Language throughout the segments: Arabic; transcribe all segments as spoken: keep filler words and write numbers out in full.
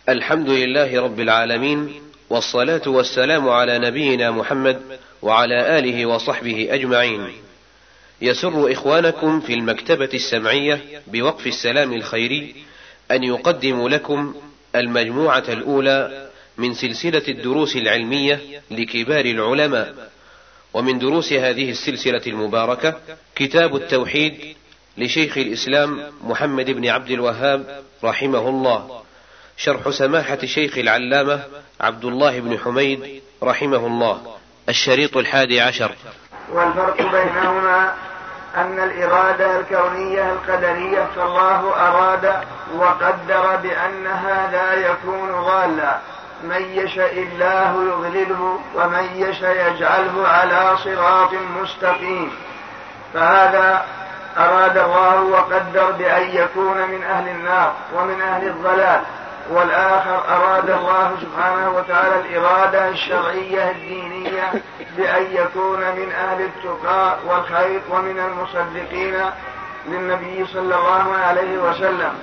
الحمد لله رب العالمين، والصلاة والسلام على نبينا محمد وعلى آله وصحبه أجمعين. يسر إخوانكم في المكتبة السمعية بوقف السلام الخيري أن يقدم لكم المجموعة الأولى من سلسلة الدروس العلمية لكبار العلماء، ومن دروس هذه السلسلة المباركة كتاب التوحيد لشيخ الإسلام محمد بن عبد الوهاب رحمه الله، شرح سماحة شيخ العلامة عبد الله بن حميد رحمه الله، الشريط الحادي عشر. والفرق بينهما أن الإرادة الكونية القدرية فالله أراد وقدر بأن هذا يكون ضالا، من يشاء الله يضلله ومن يشاء يجعله على صراط مستقيم، فهذا أراد الله وقدر بأن يكون من أهل النار ومن أهل الضلال، والآخر أراد الله سبحانه وتعالى الإرادة الشرعية الدينية بأن يكون من أهل التقى والخير ومن المصدقين للنبي صلى الله عليه وسلم.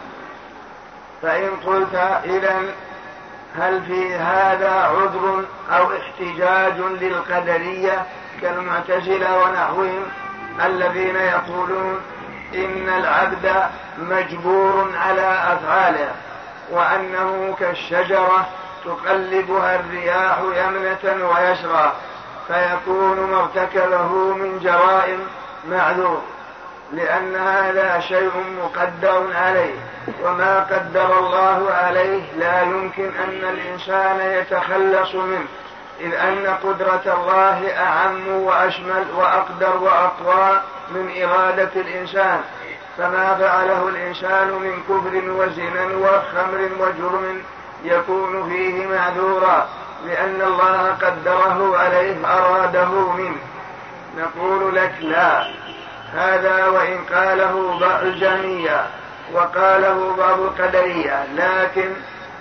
فإن قلت إذن هل في هذا عذر أو احتجاج للقدرية كالمعتزلة ونحوهم الذين يقولون إن العبد مجبور على أفعاله، وأنه كالشجرة تقلبها الرياح يمنة ويسرى، فيكون ما ارتكبه من جرائم معذور، لأن هذا شيء مقدر عليه، وما قدر الله عليه لا يمكن أن الإنسان يتخلص منه، إذ أن قدرة الله أعم وأشمل وأقدر وأقوى من إرادة الإنسان، فما فعله الإنسان من كفر وزنا وخمر وجرم يكون فيه معذورا، لأن الله قدره عليه أراده منه. نقول لك لا، هذا وإن قاله بعض الجهمية وقاله بعض القدرية، لكن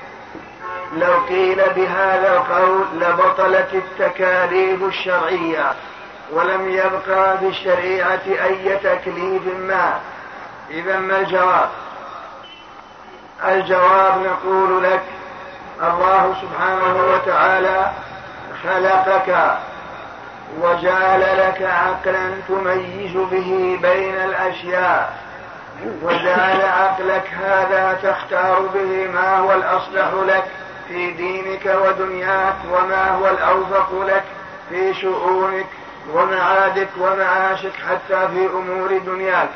لو قيل بهذا القول لبطلت التكاليف الشرعية ولم يبقى في الشريعة أي تكليف ما. إذا ما الجواب؟ الجواب نقول لك الله سبحانه وتعالى خلقك وجعل لك عقلا تميز به بين الأشياء، وجعل عقلك هذا تختار به ما هو الأصلح لك في دينك ودنياك، وما هو الأوفق لك في شؤونك ومعادك ومعاشك حتى في أمور دنياك،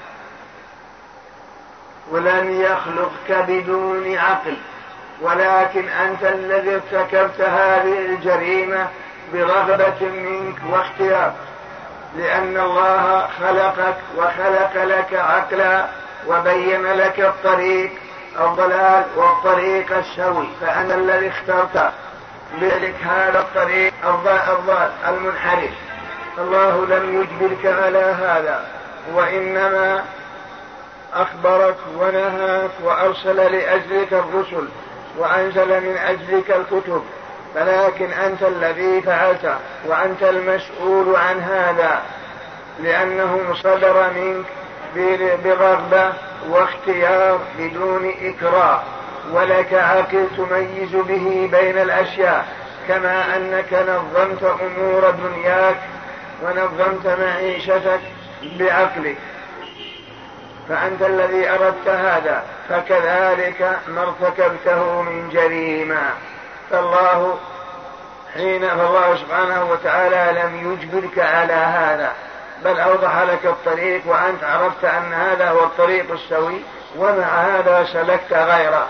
ولن يخلقك بدون عقل، ولكن أنت الذي ارتكبت هذه الجريمة برغبة منك واختيار، لأن الله خلقك وخلق لك عقلا وبين لك الطريق الضلال والطريق السوي، فأنا الذي اخترت بذلك هذا الطريق الضال المنحرف. الله لم يجبرك على هذا، وإنما أخبرك ونهاك وأرسل لأجلك الرسل وأنزل من أجلك الكتب، فلكن أنت الذي فعلت وأنت المسؤول عن هذا، لأنه صدر منك برغبة واختيار بدون إكراه، ولك عقل تميز به بين الأشياء، كما أنك نظمت أمور دنياك ونظمت معيشتك بعقلك، فأنت الذي أردت هذا، فكذلك ما ارتكبته من جريمة. فالله حين فالله سبحانه وتعالى لم يجبرك على هذا، بل أوضح لك الطريق، وأنت عرفت أن هذا هو الطريق السوي، ومع هذا سلكت غيره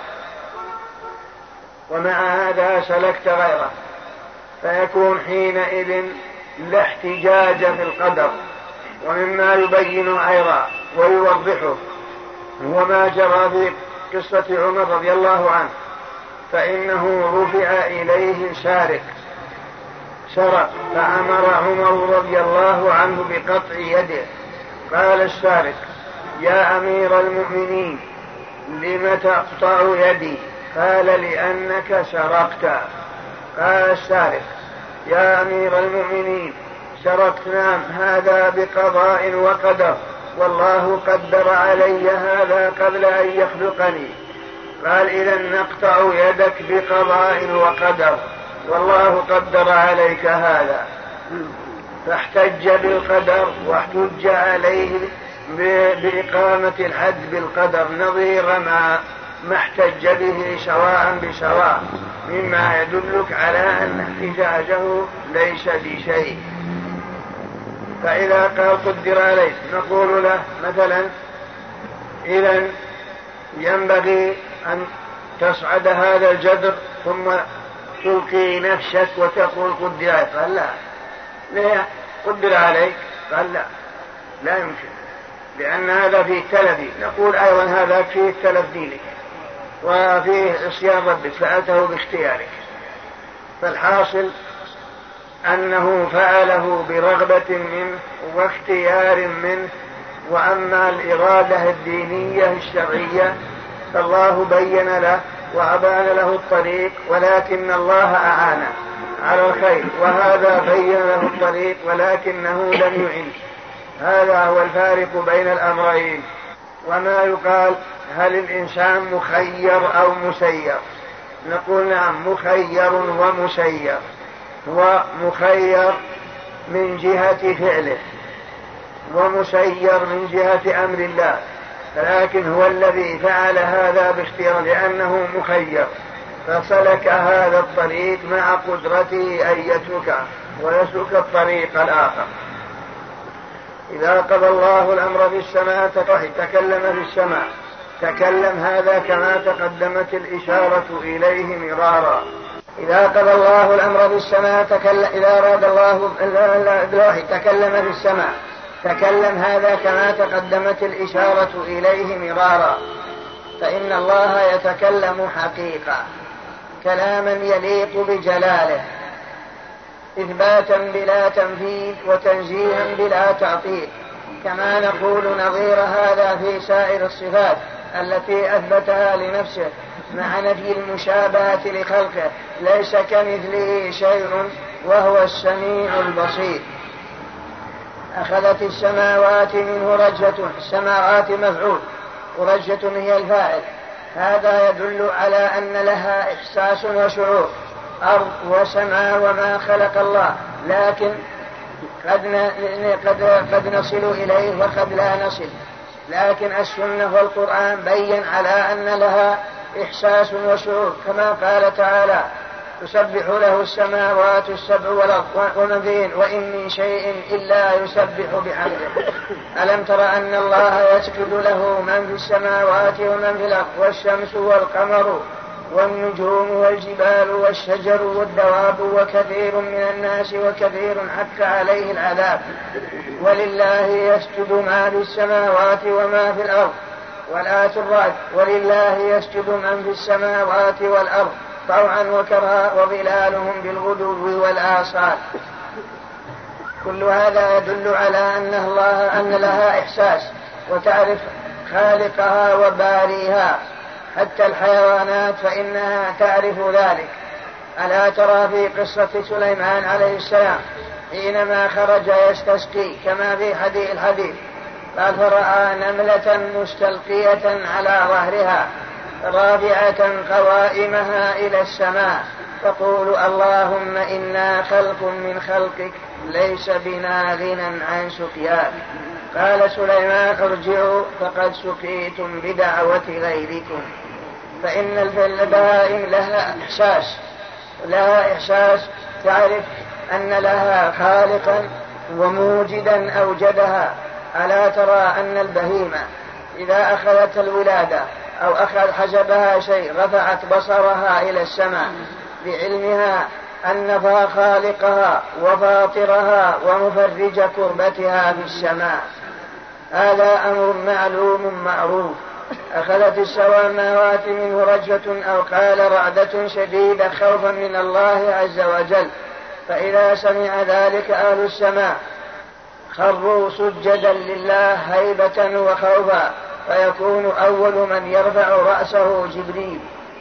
ومع هذا سلكت غيره فيكون حينئذ لا احتجاج في القدر. ومما يبين أيضا ويوضحه هو ما جرى في قصة عمر رضي الله عنه، فإنه رفع إليه سارق سرق، فأمر عمر رضي الله عنه بقطع يده. قال السارق: يا أمير المؤمنين لم تقطع يدي؟ قال: لأنك سرقت. قال السارق: يا أمير المؤمنين سرقت، نعم، هذا بقضاء وقدر، والله قدر علي هذا قبل أن يخلقني. قال إذا نقطع يدك بقضاء وقدر، والله قدر عليك هذا. فاحتج بالقدر واحتج عليه بإقامة الحد بالقدر نظير ما ما احتج به سواء بسواء، مما يدلك على أن احتجاجه ليس بشيء. فإذا قال قدر عليك نقول له مثلا إذن ينبغي أن تصعد هذا الجدر ثم تلقي نفسك وتقول قدر عليك. قال لا. ليه قدر عليك؟ قال لا لا يمكن، لأن هذا فيه تلف. نقول أيضا هذا فيه تلف دينك وفيه عصيان ربك، فعلته باختيارك. فالحاصل أنه فعله برغبة منه واختيار منه. وأما الإرادة الدينية الشرعية فالله بين له وأبان له الطريق، ولكن الله أعانه على الخير، وهذا بين له الطريق ولكنه لم يعن. هذا هو الفارق بين الأمرين. وما يقال هل الإنسان مخير أو مسير؟ نقول نعم مخير ومسير. هو مخير من جهة فعله ومسير من جهة أمر الله، لكن هو الذي فعل هذا باختيار لأنه مخير، فسلك هذا الطريق مع قدرته أن يتركه ويسلك الطريق الآخر. إذا قضى الله الأمر في السماء تكلم في السماء، تكلم هذا كما تقدمت الإشارة إليه مرارا. إذا قضى الله الأمر في السماء تكلم، إذا أراد الله الوحي تكلم في السماء، تكلم هذا كما تقدمت الإشارة إليه مرارا. فإن الله يتكلم حقيقة كلاما يليق بجلاله، إثباتا بلا تنفيذ وتنزيها بلا تعطيل، كما نقول نظير هذا في سائر الصفات التي أثبتها لنفسه مع نفي المشابهة لخلقه. ليس كمثله شيء وهو السميع البصير. أخذت السماوات منه رجة، السماوات مفعول ورجة هي الفاعل. هذا يدل على أن لها إحساس وشعور، أرض وسماء وما خلق الله، لكن قد, قد, قد نصل إليه وقد لا نصل. لكن السنة والقرآن بين على أن لها إحساس وشعور، كما قال تعالى تسبح له السماوات السبع والأرض ومن فيهن وإن من شيء إلا يسبح بحمده. ألم تر أن الله يسجد له من في السماوات ومن في الأرض والشمس والقمر والنجوم والجبال والشجر والدواب وكثير من الناس وكثير حق عليه العذاب. ولله يسجد ما في السماوات وما في الأرض. والآية الرعد ولله يسجد من في السماوات والأرض طوعا وكرها وظلالهم بالغدو والآصال. كل هذا يدل على أن الله أن لها إحساس وتعرف خالقها وباريها. حتى الحيوانات فإنها تعرف ذلك. ألا ترى في قصة سليمان عليه السلام حينما خرج يستسقي كما في حديث الحديث قال فرأى نملة مستلقية على ظهرها رافعة قوائمها إلى السماء تقول اللهم إنا خلق من خلقك ليس بنا غنى عن سقياك. قال سليمان ارجعوا فقد سقيتم بدعوة غيركم. فإن البهائم لها إحساس لها إحساس تعرف أن لها خالقا وموجدا أوجدها. ألا ترى أن البهيمة إذا أخذت الولادة أو أخذ حجبها شيء رفعت بصرها إلى السماء بعلمها أن خالقها وفاطرها ومفرج كربتها في السماء. هذا أمر معلوم معروف. أخذت السماوات منه رجفة أو قال رعدة شديدة خوفا من الله عز وجل. فإذا سمع ذلك أهل السماء خروا سجدا لله هيبة وخوفا، فيكون أول من يرفع رأسه جبريل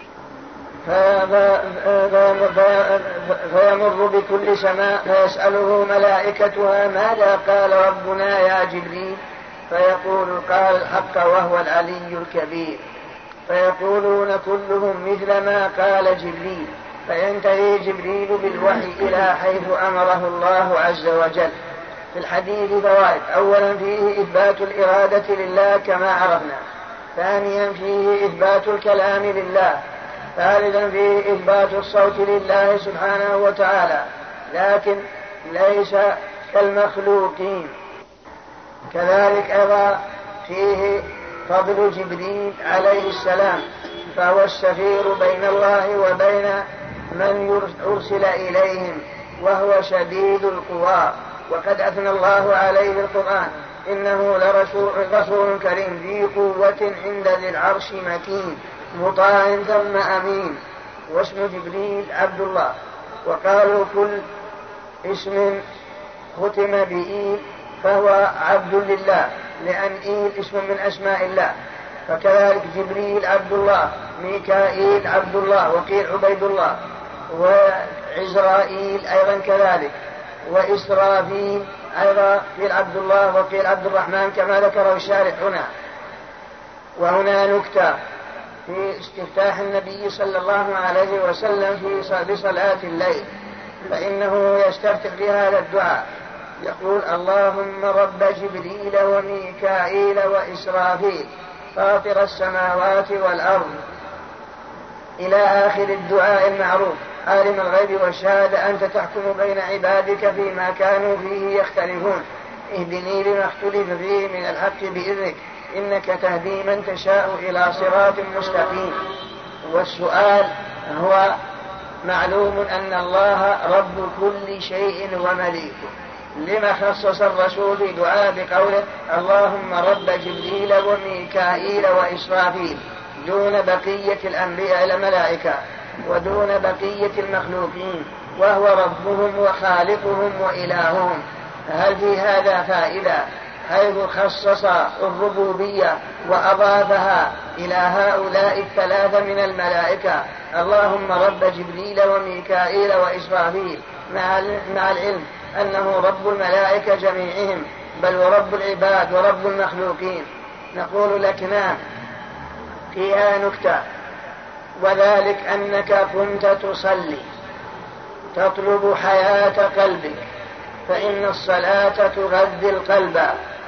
فيمر بكل سماء فيسأله ملائكتها ماذا قال ربنا يا جبريل؟ فيقول قال الحق وهو العلي الكبير. فيقولون كلهم مثل ما قال جبريل، فينتهي جبريل بالوحي إلى حيث أمره الله عز وجل. في الحديث فوائد: أولا فيه إثبات الإرادة لله كما عرفنا، ثانيا فيه إثبات الكلام لله، ثالثا فيه إثبات الصوت لله سبحانه وتعالى لكن ليس كالمخلوقين. كذلك أيضا فيه فضل جبريل عليه السلام، فهو السفير بين الله وبين من أرسل إليهم، وهو شديد القوى، وقد أثنى الله عليه في القرآن: إنه لرسول رسول كريم ذي قوة عند ذي العرش مكين مطاع ثم أمين. واسم جبريل عبد الله، وقالوا كل اسم ختم بإيل فهو عبد لله، لأن إيل اسم من أسماء الله، فكذلك جبريل عبد الله، ميكائيل عبد الله، وقيل عبيد الله، وعزرائيل أيضا كذلك، وإسرافيل أيضا قيل عبد الله وقيل عبد الرحمن كما ذكره الشارح هنا. وهنا نكتة في استفتاح النبي صلى الله عليه وسلم في صلاة الليل، فإنه يستفتح بهذا الدعاء يقول: اللهم رب جبريل وميكائيل وإسرافيل فاطر السماوات والأرض إلى آخر الدعاء المعروف: عالم الغيب والشهادة أنت تحكم بين عبادك فيما كانوا فيه يختلفون، اهدني لما اختلف فيه من الحق بإذنك، إنك تهدي من تشاء إلى صراط مستقيم. والسؤال هو معلوم أن الله رب كل شيء ومليكه، لما خصص الرسول في دعاء بقوله: اللهم رب جبريل وميكائيل وإسرافيل، دون بقية الأنبياء الملائكة ودون بقية المخلوقين، وهو ربهم وخالقهم وإلههم. هل في هذا فائدة حيث خصص الربوبية وأضافها إلى هؤلاء الثلاثة من الملائكة: اللهم رب جبريل وميكائيل وإسرافيل، مع العلم أنه رب الملائكة جميعهم، بل ورب العباد ورب المخلوقين؟ نقول لك نعم، فيها نكتة، وذلك أنك كنت تصلي تطلب حياة قلبك، فإن الصلاة تغذي القلب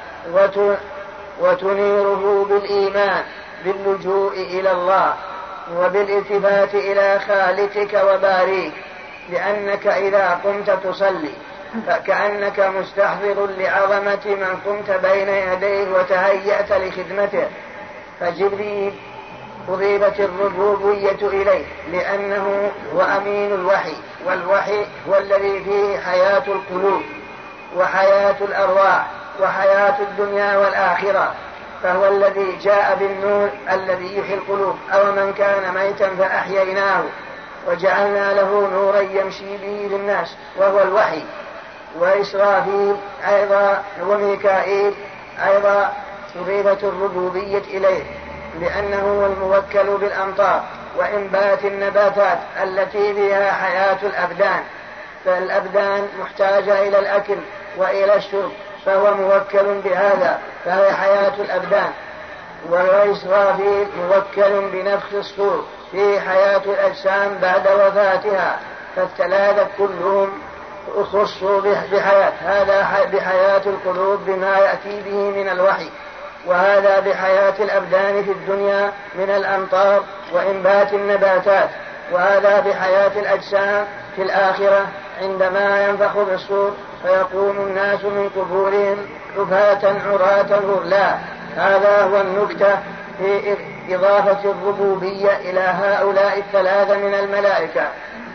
وتنيره بالإيمان باللجوء إلى الله وبالالتفات إلى خالقك وباريك، لأنك إذا قمت تصلي فكأنك مستحضر لعظمة من قمت بين يديه وتهيأت لخدمته. فجبريل أضيفت الربوبية إليه لأنه هو أمين الوحي، والوحي هو الذي فيه حياة القلوب وحياة الأرواح وحياة الدنيا والآخرة، فهو الذي جاء بالنور الذي يحيي القلوب. أو من كان ميتا فأحييناه وجعلنا له نورا يمشي به للناس، وهو الوحي. وإسرافيل أيضا وميكائيل أيضا أضيفت الربوبية إليه لأنه هو الموكل بالأمطار وإنبات النباتات التي فيها حياة الأبدان، فالأبدان محتاجة إلى الأكل وإلى الشرب، فهو موكل بهذا، فهي حياة الأبدان. وإسرافيل موكل بنفخ الصور في حياة الأجسام بعد وفاتها، فالثلاثة كلهم خصوا بحياة، هذا بحياة القلوب بما يأتي به من الوحي، وهذا بحياة الأبدان في الدنيا من الأمطار وإنبات النباتات، وهذا بحياة الأجسام في الآخرة عندما ينفخ بالصور فيقوم الناس من قبورهم حفاة عراة غرلا. هذا هو النكتة في إضافة الربوبية إلى هؤلاء الثلاثة من الملائكة.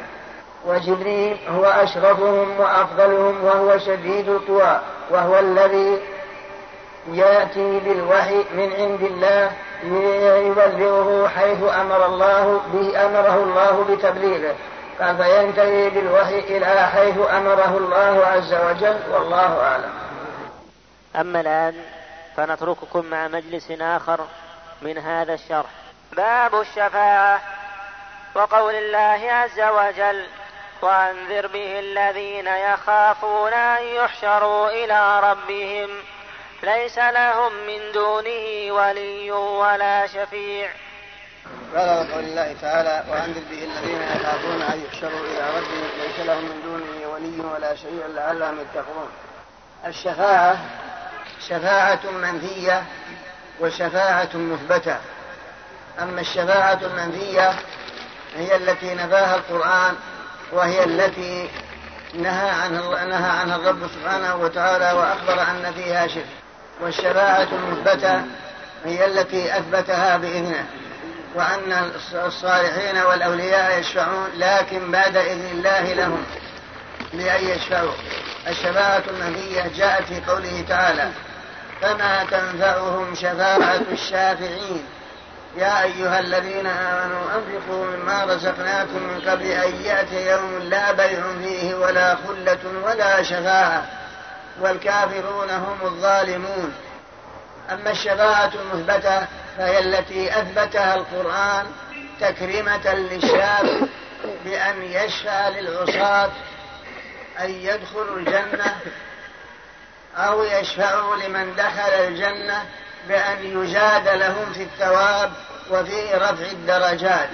وجبريل هو أشرفهم وأفضلهم، وهو شديد القوى، وهو الذي يأتي بالوحي من عند الله يبلغه حيث أمر الله به أمره الله بتبليغه، فينتهي بالوحي إلى حيث أمره الله عز وجل، والله أعلم. أما الآن فنترككم مع مجلس آخر من هذا الشرح. باب الشفاعة، وقول الله عز وجل: وأنذر به الذين يخافون أن يحشروا إلى ربهم ليس لهم من دونه ولي ولا شفيع. قال قول الله تعالى وأنذر به الذين يخافون أن يحشروا إلى ربهم ليس لهم من دونه ولي ولا شيء لعلهم يتقون. الشفاعة شفاعة منفية وشفاعة مثبتة. أما الشفاعة المنفية هي التي نفاها القرآن وهي التي نهى عنها, نهى عنها الرب سبحانه وتعالى وأخبر أن فيها شرك. والشفاعة المثبتة هي التي أثبتها بإذنه وأن الصالحين والأولياء يشفعون لكن بعد إذن الله لهم لأن يشفعوا. الشفاعة المنفية جاءت في قوله تعالى فما تنفعهم شفاعة الشافعين يا أيها الذين آمنوا أنفقوا مما رزقناكم من قبل أن يأتي يوم لا بيع فيه ولا خلة ولا شفاعة والكافرون هم الظالمون. أما الشفاعة المثبتة فهي التي أثبتها القرآن تكريمة للشافع بأن يشفع للعصاة أن يدخلوا الجنة أو يشفعوا لمن دخل الجنة بأن يزاد لهم في الثواب وفي رفع الدرجات.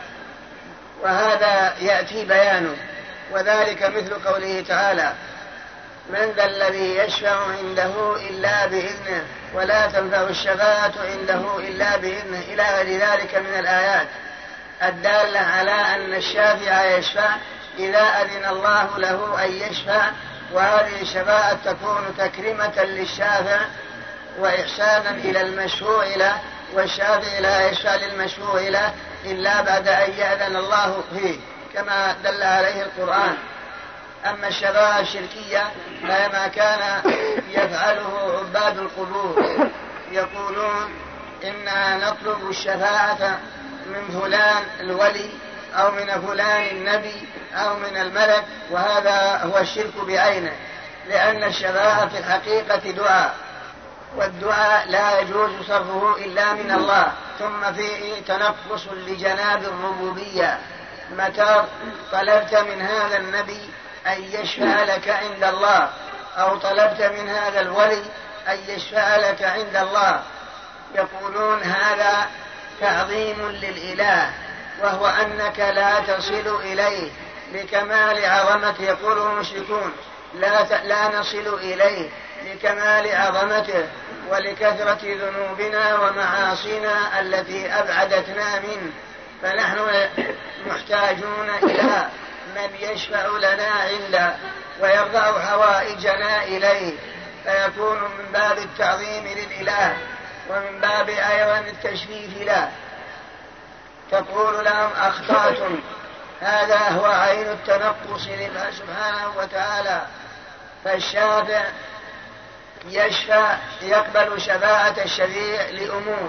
وهذا يأتي بيانه وذلك مثل قوله تعالى من ذا الذي يشفع عنده إلا بإذنه ولا تنفع الشفاعة عنده إلا بإذنه إلى غير ذلك من الآيات الدالة على أن الشافع يشفع إذا أذن الله له أن يشفع. وهذه الشفاعة تكون تكريمة للشافع وإحسانا إلى المشفوع له والشافع لا يشفع للمشفوع له إلا بعد أن يأذن الله فيه كما دل عليه القرآن. أما الشفاعة الشركية فما كان يفعله عباد القبور يقولون إنا نطلب الشفاعة من فلان الولي أو من فلان النبي أو من الملك وهذا هو الشرك بعينه لأن الشفاعة في الحقيقة دعاء والدعاء لا يجوز صرفه إلا من الله. ثم فيه تنقص لجناب الربوبية متى طلبت من هذا النبي أن يشفع لك عند الله أو طلبت من هذا الولي أن يشفع لك عند الله يقولون هذا تعظيم للإله وهو أنك لا تصل إليه لكمال عظمته. يقول المشركون لا, لا نصل إليه لكمال عظمته ولكثرة ذنوبنا ومعاصينا التي أبعدتنا منه فنحن محتاجون إلى من يشفع لنا عنده ويرضع حوائجنا إليه فيكون من باب التعظيم للإله ومن باب أيضا التشريف له. تقول لهم أخطأتم هذا هو عين التنقص لله سبحانه وتعالى. فالشافع يشفع يقبل شفاعة الشفيع لأمور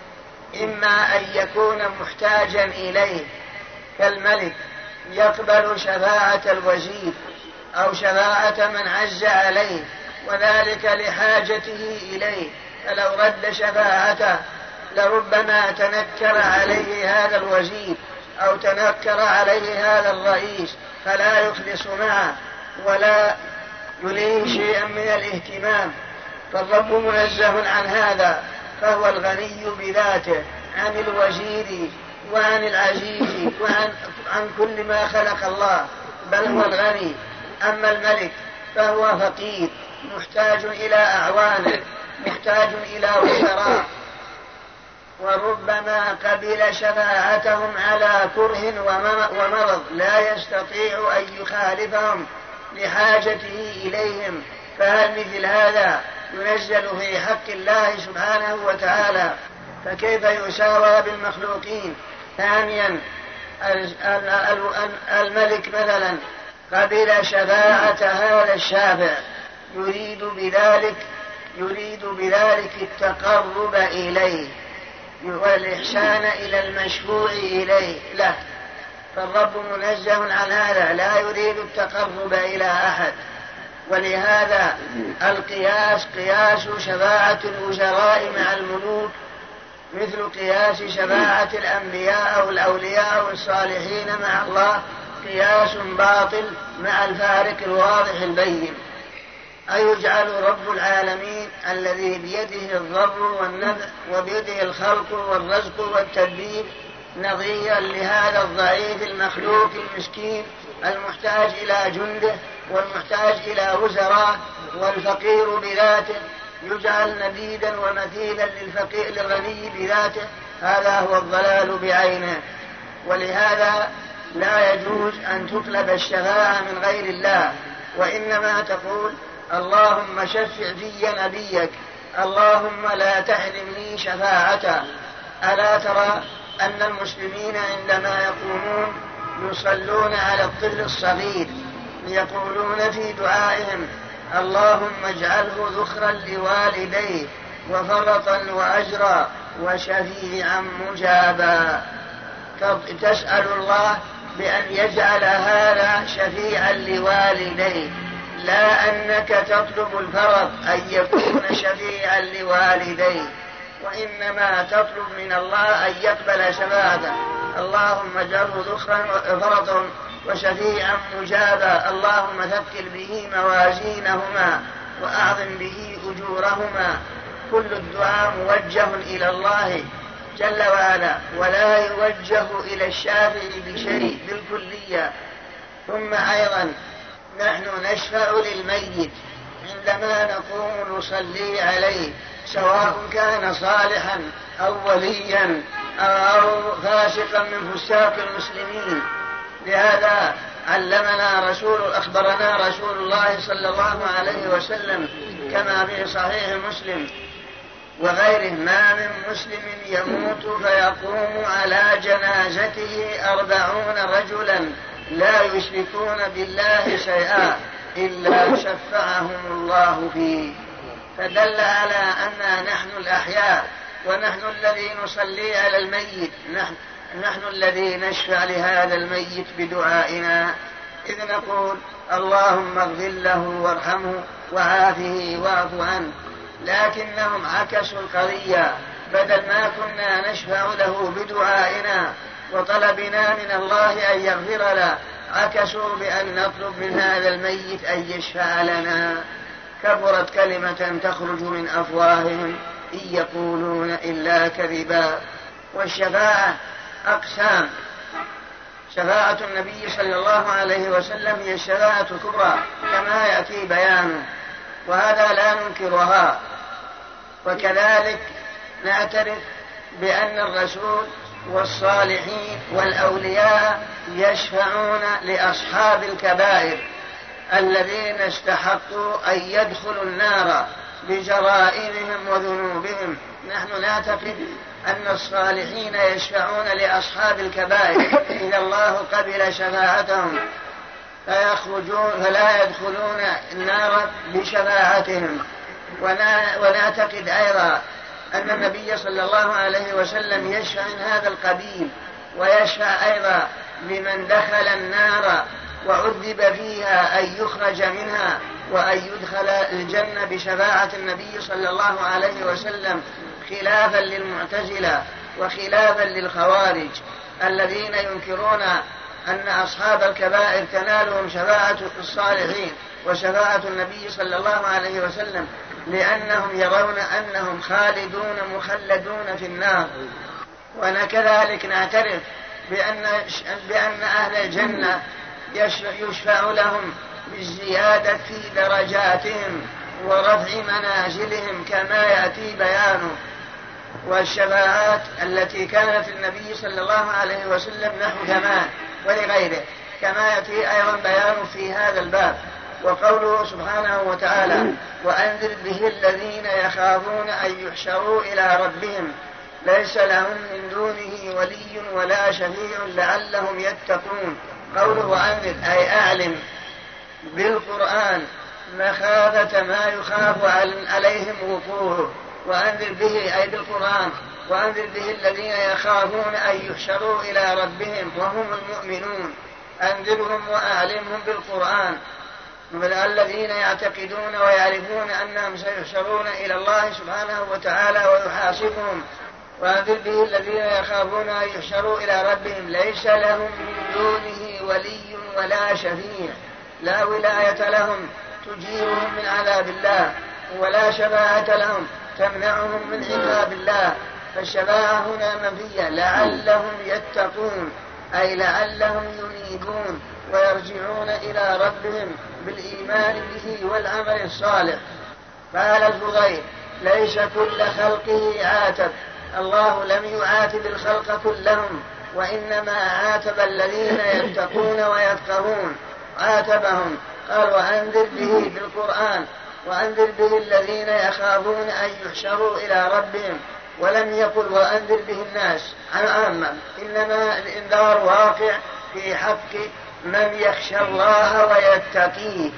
إما أن يكون محتاجا إليه كالملك يقبل شفاعة الوزير أو شفاعة من عز عليه وذلك لحاجته إليه فلو رد شفاعته لربما تنكر عليه هذا الوزير أو تنكر عليه هذا الرئيس فلا يخلص معه ولا يليه شيئا من الاهتمام. فالرب منزه عن هذا فهو الغني بذاته عن الوزير وعن العزيز وعن عن كل ما خلق الله بل هو الغني. أما الملك فهو فقير محتاج إلى أعوانه محتاج إلى وزراء وربما قبل شفاعتهم على كره ومرض لا يستطيع أن يخالفهم لحاجته إليهم. فهل مثل هذا ينزل في حق الله سبحانه وتعالى فكيف يساوى بالمخلوقين؟ ثانيا الملك مثلا قبل شفاعة هذا الشافع يريد بذلك يريد بذلك التقرب إليه والإحسان إلى المشفوع إليه له. فالرب منزه عن هذا لا يريد التقرب إلى أحد. ولهذا القياس قياس شفاعة الوزراء مع الملوك مثل قياس شفاعة الأنبياء أو الأولياء والصالحين مع الله قياس باطل مع الفارق الواضح البين. أيجعل رب العالمين الذي بيده الضر والنفع وبيده الخلق والرزق والتدبير نظيرا لهذا الضعيف المخلوق المسكين المحتاج إلى جنده والمحتاج إلى وزراء، والفقير بذاته يجعل نبيدا ومثيلا للفقير للغني بذاته. هذا هو الضلال بعينه. ولهذا لا يجوز أن تطلب الشفاعة من غير الله، وإنما تقول اللهم شفع في نبيك، اللهم لا تحرمني شفاعته. ألا ترى أن المسلمين عندما يقومون يصلون على الطفل الصغير يقولون في دعائهم اللهم اجعله ذخرا لوالديه وفرطا وأجرا وشفيعا مجابا. تسأل الله بأن يجعل هذا شفيعا لوالديه، لا أنك تطلب الفرط أن يكون شفيعا لوالديه، وإنما تطلب من الله أن يقبل شفاعته. اللهم اجعله ذخرا وفرطا وشفيعا مجابا، اللهم ثقل به موازينهما وأعظم به أجورهما. كل الدعاء موجه إلى الله جل وعلا، ولا يوجه إلى الشافع بشيء بالكلية. ثم أيضا نحن نشفع للميت عندما نقوم نصلي عليه، سواء كان صالحا أو وليا أو فاسقا من فساق المسلمين. لهذا علمنا رسول أخبرنا رسول الله صلى الله عليه وسلم كما في صحيح مسلم وغيره: ما من مسلم يموت فيقوم على جنازته أربعون رجلا لا يشركون بالله شيئا إلا شفعهم الله فيه. فدل على أننا نحن الأحياء ونحن الذي نصلي على الميت، نحن, نحن الذي نشفع لهذا الميت بدعائنا، إذ نقول اللهم اغفر له وارحمه وعافه واعف عنه. لكنهم عكسوا القضية، بدل ما كنا نشفع له بدعائنا وطلبنا من الله أن يغفر له، عكسوا بأن نطلب من هذا الميت أن يشفع لنا. كبرت كلمة تخرج من أفواههم إن يقولون إلا كذبا. والشفاعة أقسام: شفاعة النبي صلى الله عليه وسلم هي الشفاعة الكبرى كما يأتي بيانه، وهذا لا ننكرها. وكذلك نعترف بأن الرسول والصالحين والأولياء يشفعون لأصحاب الكبائر الذين استحقوا أن يدخلوا النار بجرائمهم وذنوبهم. نحن نعتقد أن الصالحين يشفعون لأصحاب الكبائر إذا الله قبل شفاعتهم فيخرجون فلا يدخلون النار بشفاعتهم. ونعتقد أيضا أن النبي صلى الله عليه وسلم يشفع من هذا القبيل، ويشفع أيضا لمن دخل النار وعذب فيها أن يخرج منها وأن يدخل الجنة بشفاعة النبي صلى الله عليه وسلم، خلافا للمعتزلة وخلافا للخوارج الذين ينكرون أن أصحاب الكبائر تنالهم شفاعة الصالحين وشفاعة النبي صلى الله عليه وسلم، لأنهم يرون أنهم خالدون مخلدون في النار. وكذلك نعترف بأن, بأن أهل الجنة يشفع لهم بالزيادة في درجاتهم ورفع منازلهم كما يأتي بيانه. والشفاعات التي كانت النبي صلى الله عليه وسلم نحو كمان ولغيره كما يأتي أيضا بيان في هذا الباب. وقوله سبحانه وتعالى: وأنذر به الذين يخافون أن يحشروا إلى ربهم ليس لهم من دونه ولي ولا شفيع لعلهم يتقون. قوله وأنذر أي أعلم بالقرآن مخافة ما يخاف عليهم وقوعه، وأنذر به أي بالقرآن، وأنذر به الذين يخافون أن يحشروا إلى ربهم وهم المؤمنون. أنذرهم وأعلمهم بالقرآن الذين يعتقدون ويعرفون أنهم سيحشرون إلى الله سبحانه وتعالى ويحاسبهم. وأنذر به الذين يخافون أن يحشروا إلى ربهم ليس لهم من دونه ولي ولا شفيع، لا ولاية لهم تجيرهم من عذاب الله، ولا شفاعة لهم تمنعهم من عذاب الله. فالشفاعة هنا منفية لعلهم يتقون، أي لعلهم ينيبون ويرجعون إلى ربهم بالإيمان به والعمل الصالح. قال الفضيل: ليس كل خلقه عاتب، الله لم يعاتب الخلق كلهم، وإنما عاتب الذين يتقون ويفقهون، عاتبهم. قال: وأنذر به بالقرآن، وأنذر به الذين يخافون أن يحشروا إلى ربهم، ولم يقل وأنذر به الناس عامة، إنما الإنذار واقع في حق من يخشى الله ويتقيه.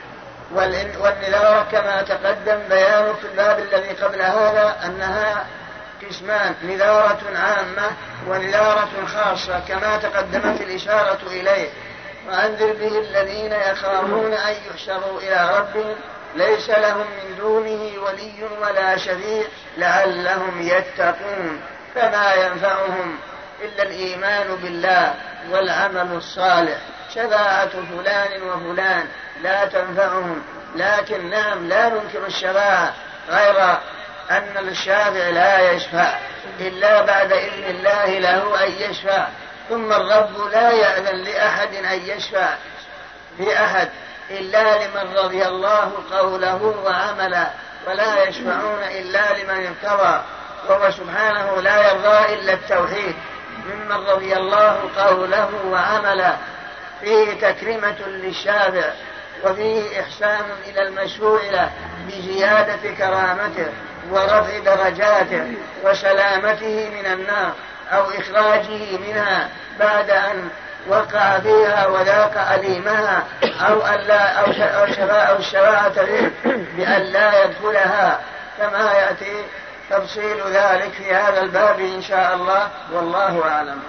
والنذار كما تقدم بيان في الباب الذي قبل هذا أنها قسمان: نذارة عامة ونذارة خاصة كما تقدمت الإشارة إليه. وأنذر به الذين يخافون أن يحشروا إلى ربهم ليس لهم من دونه ولي ولا شفيع لعلهم يتقون، فما ينفعهم إلا الإيمان بالله والعمل الصالح. شفاعة فلان وفلان لا تنفعهم، لكن نعم لا ننكر الشفاعة، غير أن الشافع لا يشفع إلا بعد إذن الله له أن يشفع، ثم الرب لا يأذن لأحد أن يشفع لأحد إلا لمن رضي الله قوله وعمله، ولا يشفعون إلا لمن ارتضى، وهو سبحانه لا يرضى إلا التوحيد ممن رضي الله قوله وعمله. فيه تكريمة للشافع، وفيه إحسان إلى المشفوع له بزيادة كرامته ورفع درجاته وسلامته من النار أو إخراجه منها بعد أن وقع فيها وذاق أليمها، أو ألا أو الشفاعة بأن لا يدخلها، كما يأتي تفصيل ذلك في هذا الباب إن شاء الله، والله أعلم.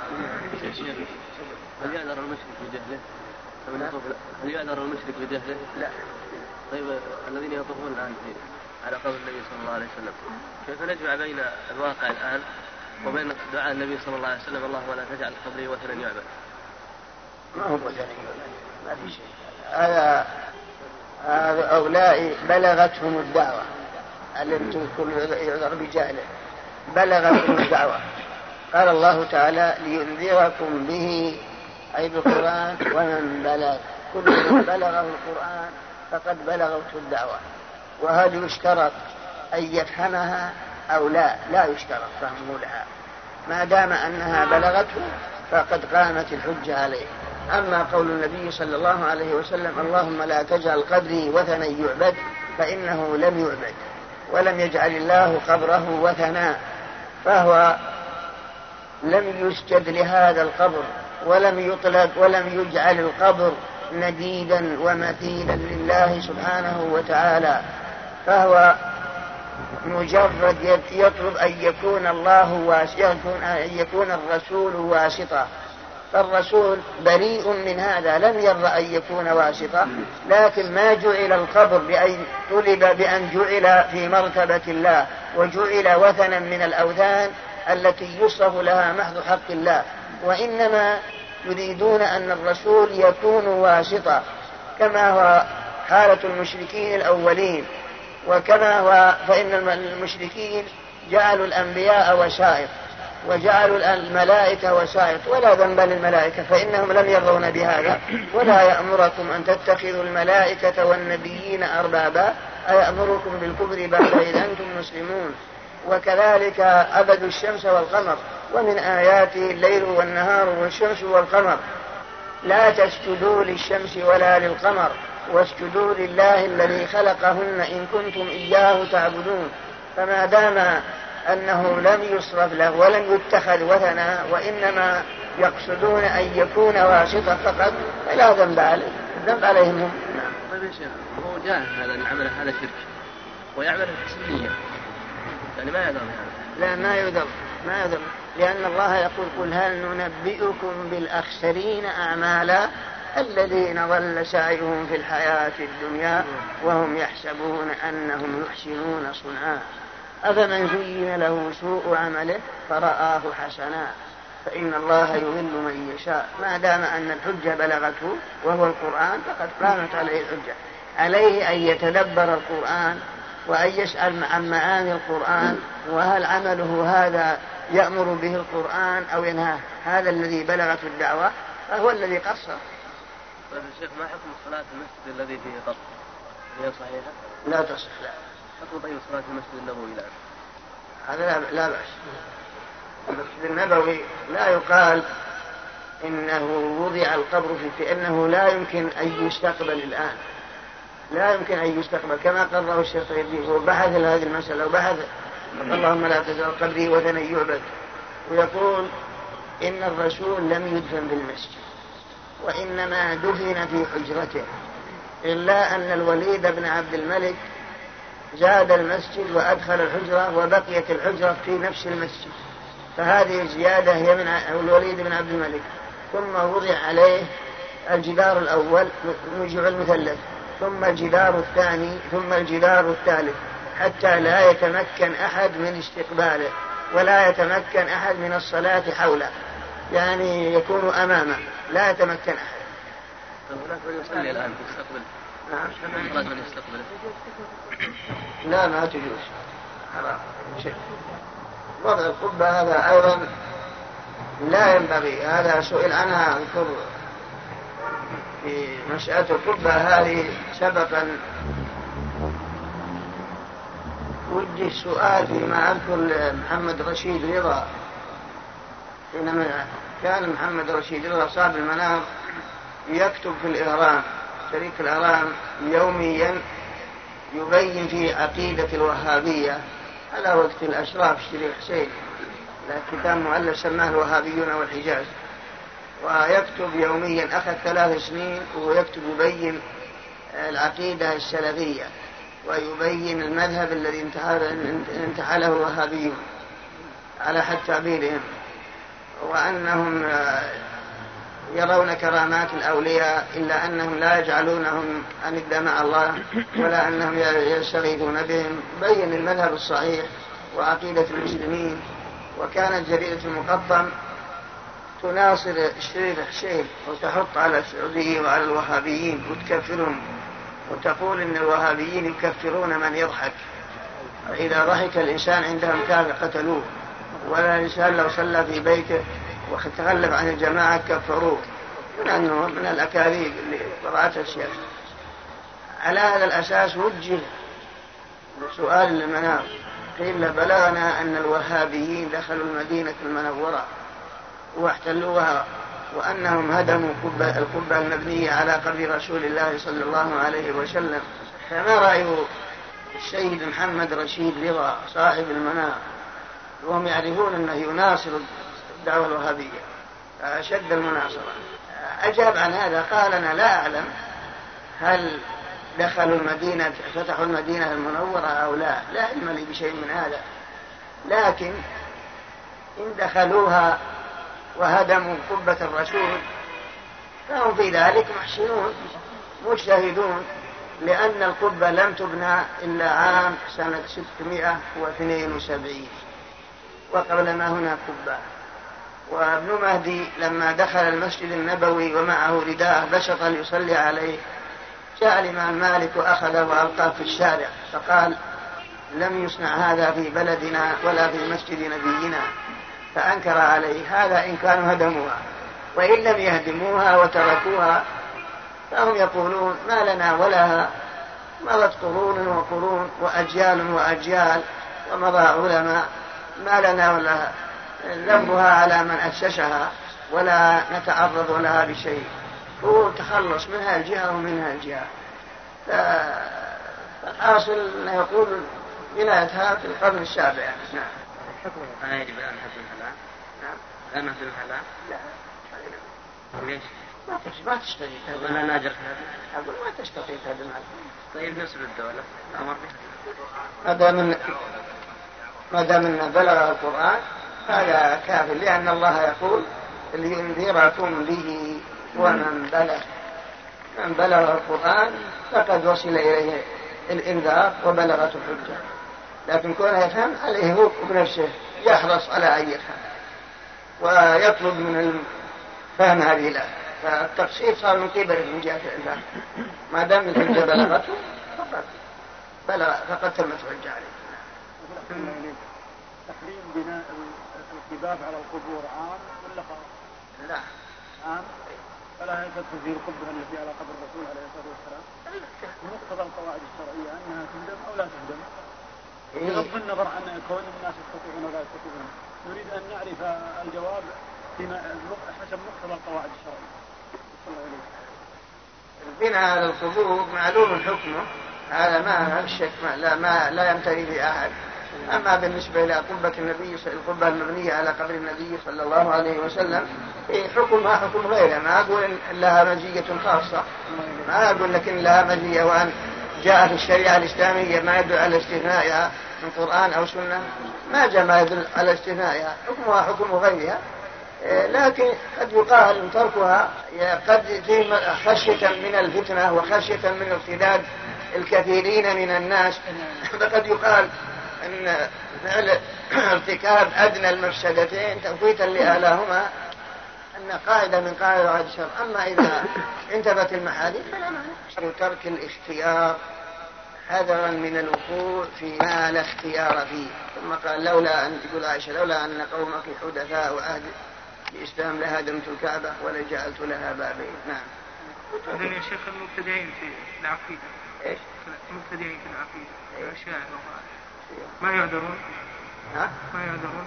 هل يعذر المشرك بجهله؟ هل يعذر المشرك بجهله؟ لا. طيب الذين يطوفون الآن على قول النبي صلى الله عليه وسلم، كيف نجمع بين الواقع الآن وبين دعاء النبي صلى الله عليه وسلم: اللهم لا تجعل قبري وثنا يعبد؟ ما هو وثنا يعبد، ما في شيء. هذا هؤلاء بلغتهم الدعوة، التي كل يعذر بجهله بلغتهم الدعوة. قال الله تعالى: لينذركم به، أي بالقرآن، ومن بلغ، كل من بلغه القرآن فقد بلغته الدعوة. وهل يشترط أن يفهمها أو لا؟ لا يشترط فهمه لها، ما دام أنها بلغته فقد قامت الحجة عليه. أما قول النبي صلى الله عليه وسلم: اللهم لا تجعل قبري وثنا يعبد، فإنه لم يعبد، ولم يجعل الله قبره وثنا، فهو لم يسجد لهذا القبر، ولم يطلب ولم يجعل القبر نديدا ومثيلا لله سبحانه وتعالى، فهو مجرد يطلب أن يكون الله واسطة، أن يكون الرسول واسطة، فالرسول بريء من هذا، لم يرضى أن يكون واسطة، لكن ما جعل القبر بأن طلب بأن جعل في مرتبة الله وجعل وثنا من الأوثان التي يصرف لها محض حق الله، وإنما يريدون أن الرسول يكون واسطة، كما هو حالة المشركين الأولين. وكما هو فإن المشركين جعلوا الأنبياء وسائط، وجعلوا الملائكة وسائط، ولا ذنب للملائكة فإنهم لم يرضون بهذا. ولا يأمركم أن تتخذوا الملائكة والنبيين أربابا أيأمركم بالكفر بعد إذ أنتم مسلمون. وكذلك عبدوا الشمس والقمر، ومن آياته الليل والنهار والشمس والقمر، لا تسجدوا للشمس ولا للقمر واسجدوا لله الذي خلقهن إن كنتم إياه تعبدون. فما دام أنه لم يصرف له ولم يتخذ وثنا، وإنما يقصدون أن يكون واسطة فقط، فلا ذنب عليه، الذنب عليهم هم. طيب يا شيخ، هو جاهز هذا العمل، هذا شرك ويعمل حسنية، يعني ما يذر هذا؟ لا، ما يذر، ما يذر، لأن الله يقول: قل هل ننبئكم بالأخسرين أعمالا الذين ضل سعيهم في الحياة الدنيا وهم يحسبون أنهم يحسنون صنعا أفمن زين له سوء عمله فرآه حسنا فإن الله يضل من يشاء. ما دام أن الحجة بلغته وهو القرآن فقد قامت عليه الحجة، عليه أن يتدبر القرآن وأن يسأل عن معاني القرآن، وهل عمله هذا يأمر به القرآن أو ينهاه. هذا الذي بلغت الدعوة فهو الذي قصر. طيب الشيخ، ما حكم صلاة المسجد الذي فيه قصر؟ هي صحيحة؟ لا تصح. لا. حكم طيب صلاة المسجد النبوي؟ لا هذا لا بأس. المسجد النبوي لا يقال إنه وضع القبر فيه، فإنه لا يمكن أن يستقبل الآن، لا يمكن أن يستقبل كما قرره الشيخ طيب. هو بحث هذه المسألة وبحث اللهم لا تجعل قبري وثنا يعبد، ويقول إن الرسول لم يدفن بالمسجد وإنما دفن في حجرته، إلا أن الوليد بن عبد الملك زاد المسجد وأدخل الحجرة وبقيت الحجرة في نفس المسجد، فهذه الزيادة هي من الوليد بن عبد الملك. ثم وضع عليه الجدار الأول نجع المثلث، ثم الجدار الثاني، ثم الجدار الثالث، حتى لا يتمكن أحد من استقباله ولا يتمكن أحد من الصلاة حوله، يعني يكون أمامه لا يتمكن أحد. هناك من يصلي الآن يستقبل؟ نعم. من يستقبل؟ لا ما تجوز. وضع القبة هذا أيضا لا ينبغي، هذا سئل عنها أذكر في مسألة القبة هذه سبقا وجه السؤال فيما أذكر محمد رشيد رضا، حينما كان محمد رشيد رضا صاحب المنام يكتب في الإهرام، شريك الإهرام، يوميا يبين في عقيدة الوهابية على وقت الأشراف الشريف حسين، كتاب مؤلف سماه الوهابيون والحجاز، ويكتب يوميا، أخذ ثلاث سنين ويكتب يبين العقيدة السلفية ويبين المذهب الذي انتحله الوهابيون على حد تعبيرهم، وأنهم يرون كرامات الأولياء إلا أنهم لا يجعلونهم أند مع الله ولا أنهم يستغيثون بهم، بين المذهب الصحيح وعقيدة المسلمين. وكانت جريدة المقطم تناصر الشريف حسين وتحط على السعودية وعلى الوهابيين وتكفرهم، وتقول إن الوهابيين يكفرون من يضحك، إذا ضحك الإنسان عندهم كافر قتلوه، ولا الإنسان لو صلى في بيته وتغلب عن الجماعة كفروه، لأنه من الأكاذيب اللي وضعتها الشيخ. على هذا الأساس وجه سؤال للمنام، قيل بلغنا أن الوهابيين دخلوا المدينة المنورة واحتلوها، وأنهم هدموا القبة المبنية على قبر رسول الله صلى الله عليه وسلم، فما رأي السيد محمد رشيد رضا صاحب المنام وهم يعرفون أنه يناصر الدعوة الوهابية أشد المناصرة؟ أجاب عن هذا قال أنا لا أعلم هل دخلوا المدينة فتحوا المدينة المنورة أو لا، لا علم لي بشيء من هذا، لكن إن دخلوها وهدموا قبة الرسول فهم في ذلك محسنون مجتهدون، لأن القبة لم تبنى إلا عام سنة ستمائة واثنين وسبعين وقبل ما هنا قبة. وابن مهدي لما دخل المسجد النبوي ومعه رداء بسط ليصلي عليه، جاء الإمام مالك وأخذه وألقاه في الشارع، فقال لم يصنع هذا في بلدنا ولا في مسجد نبينا، فأنكر عليه هذا إن كانوا هدموها، وإن لم يهدموها وتركوها فهم يقولون ما لنا ولها، مضت قرون وقرون وأجيال وأجيال ومضى علماء، ما لنا ولها، ذنبها على من أسسها ولا نتعرض لها بشيء، هو تخلص منها الجهة ومنها الجهة. فالحاصل أنه يقول بنايتها في القرن السابع. نعم. أنا يجب أن أحب الحلال؟ نعم. لا ما في الحلال؟ لا. ليش؟ ما تستطيع هذا. أنا ناجر أقول ما تستطيع هذا المال. طيب نسب الدولة أمر بها. ما دام من ما دام من بلغ القرآن هذا كافر، لأن الله يقول لينذركم به ومن بلغ، من بلغ القرآن فقد وصل إليه الإنذار وبلغته الحجة، لكن كونه يفهم عليه هو بنفسه يحرص على أن يفهم ويطلب من فهم هذه الآية، فالتقصير صار من قبل من جهة الإنذار، ما دام الحجة بلغته فقط فلا فقد تمت حجة عليه. تحريم بناء الكباب على القبور عام ولا خاص؟ لا عام. فلا تدخل في القبة التي على قبر الرسول عليه الصلاة والسلام مقتضى القواعد الشرعية أنها تهدم أو لا تهدم بغض النظر عن كون الناس يستطيعون ولا يستطيعون. نريد أن نعرف الجواب فيما حسب مقتضى القواعد الشرعية. صلى الله عليه وسلم. البناء على القبور معلوم حكمه، هذا ما الشك ما لا ما لا يمتري به أحد. أما بالنسبة إلى قبة النبي القبة المبنية على قبر النبي صلى الله عليه وسلم حكمها حكم غيرها. ما أقول إن لها مزية خاصة، ما أقول لكن لها مزية، وأن جاء في الشريعة الإسلامية ما يدل على استثنائها من قرآن أو سنة، ما جاء ما يدل على استثنائها، حكمها حكم غيرها. لكن قد يقال إن تركها قد في خشية من الفتنة وخشية من ارتداد الكثيرين من الناس، فقد يقال أن فعل ارتكاب أدنى المفسدتين تفويتا لأعلاهما أن قاعدة من قاعدة الشرع. أما إذا انتبت المحاذير فلا مانع. ترك الاختيار حذرا من الوقوع فيما لا اختيار فيه. ثم قال لولا أن تقول عائشة لولا أن قومك حدثاء وأهل الإسلام لهدمت الكعبة ولجعلت لها بابين. نعم. هذا يا شيخ المبتدعين في العقيدة. إيش؟ المبتدعين في العقيدة. الأشياء ما يعذرون. ها؟ ما يعذرون.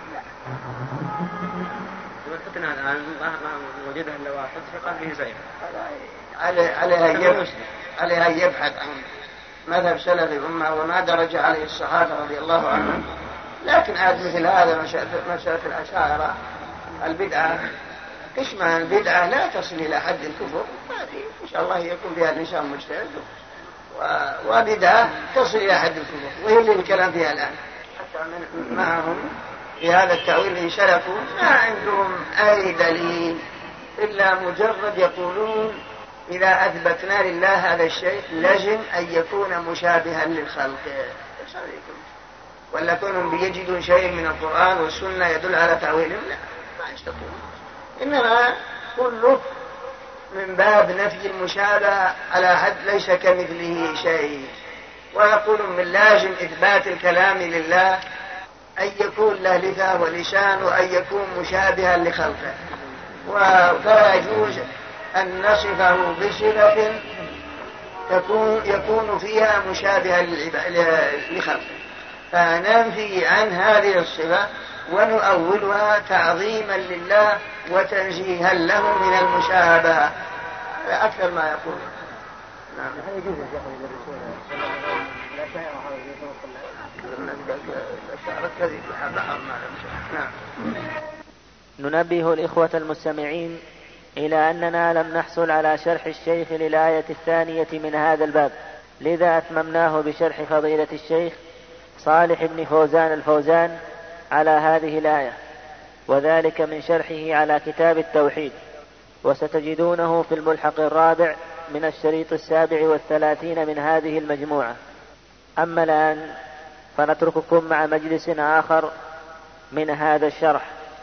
وقتنا الآن ما وجدها إلا واحد فقال به زيف. عليه عليه عليه أن يبحث عن مذهب سلف الأمة وما درج عليه الصحابة رضي الله عنهم. لكن عاد مثل هذا مسألة الأشاعرة البدعة قسمان، البدعة لا تصل إلى حد الكفر، إن شاء الله يكون فيها الإنسان مجتهد، وبدعة تصل إلى حد الكفر، وهي اللي الكلام فيها الآن. حتى من معهم في هذا التأويل إن سلكوا ما عندهم أي دليل إلا مجرد يقولون إذا أثبتنا لله هذا الشيء لازم أن يكون مشابها للخلق، ولا كونهم بيجدون شيء من القرآن والسنة يدل على تأويلهم، لا ما يستطيعون. إنما كله من باب نفي المشابهة على حد ليس كمثله شيء. ويقول من لازم إثبات الكلام لله أن يكون له لسان ولسان وأن يكون مشابها لخلقه، ولا يجوز أن نصفه بصفة تكون يكون فيها مشابها لخلقه، فننفي عن هذه الصفة ونؤولها تعظيما لله وتنزيها له من المشابهة. هذا أكثر ما يقول. نعم. ننبه الإخوة المستمعين إلى أننا لم نحصل على شرح الشيخ للآية الثانية من هذا الباب، لذا أتممناه بشرح فضيلة الشيخ صالح بن فوزان الفوزان على هذه الآية، وذلك من شرحه على كتاب التوحيد، وستجدونه في الملحق الرابع من الشريط السابع والثلاثين من هذه المجموعة. أما الآن فنترككم مع مجلس آخر من هذا الشرح.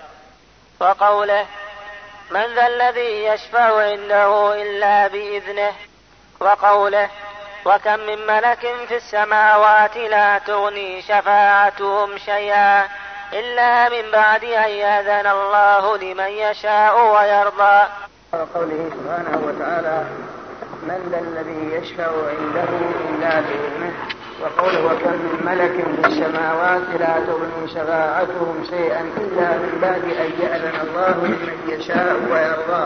وقوله من ذا الذي يشفع عنده إلا بإذنه، وقوله وكم من ملك في السماوات لا تغني شفاعتهم شيئا إلا من بعد أن يأذن الله لمن يشاء ويرضى. وقوله سبحانه وتعالى من ذا الذي يشفع عنده إلا بإذنه، وقوله وكم من ملك في السماوات لا تغني شفاعتهم شيئا إلا من بعد أن يأذن الله لمن يشاء ويرضى.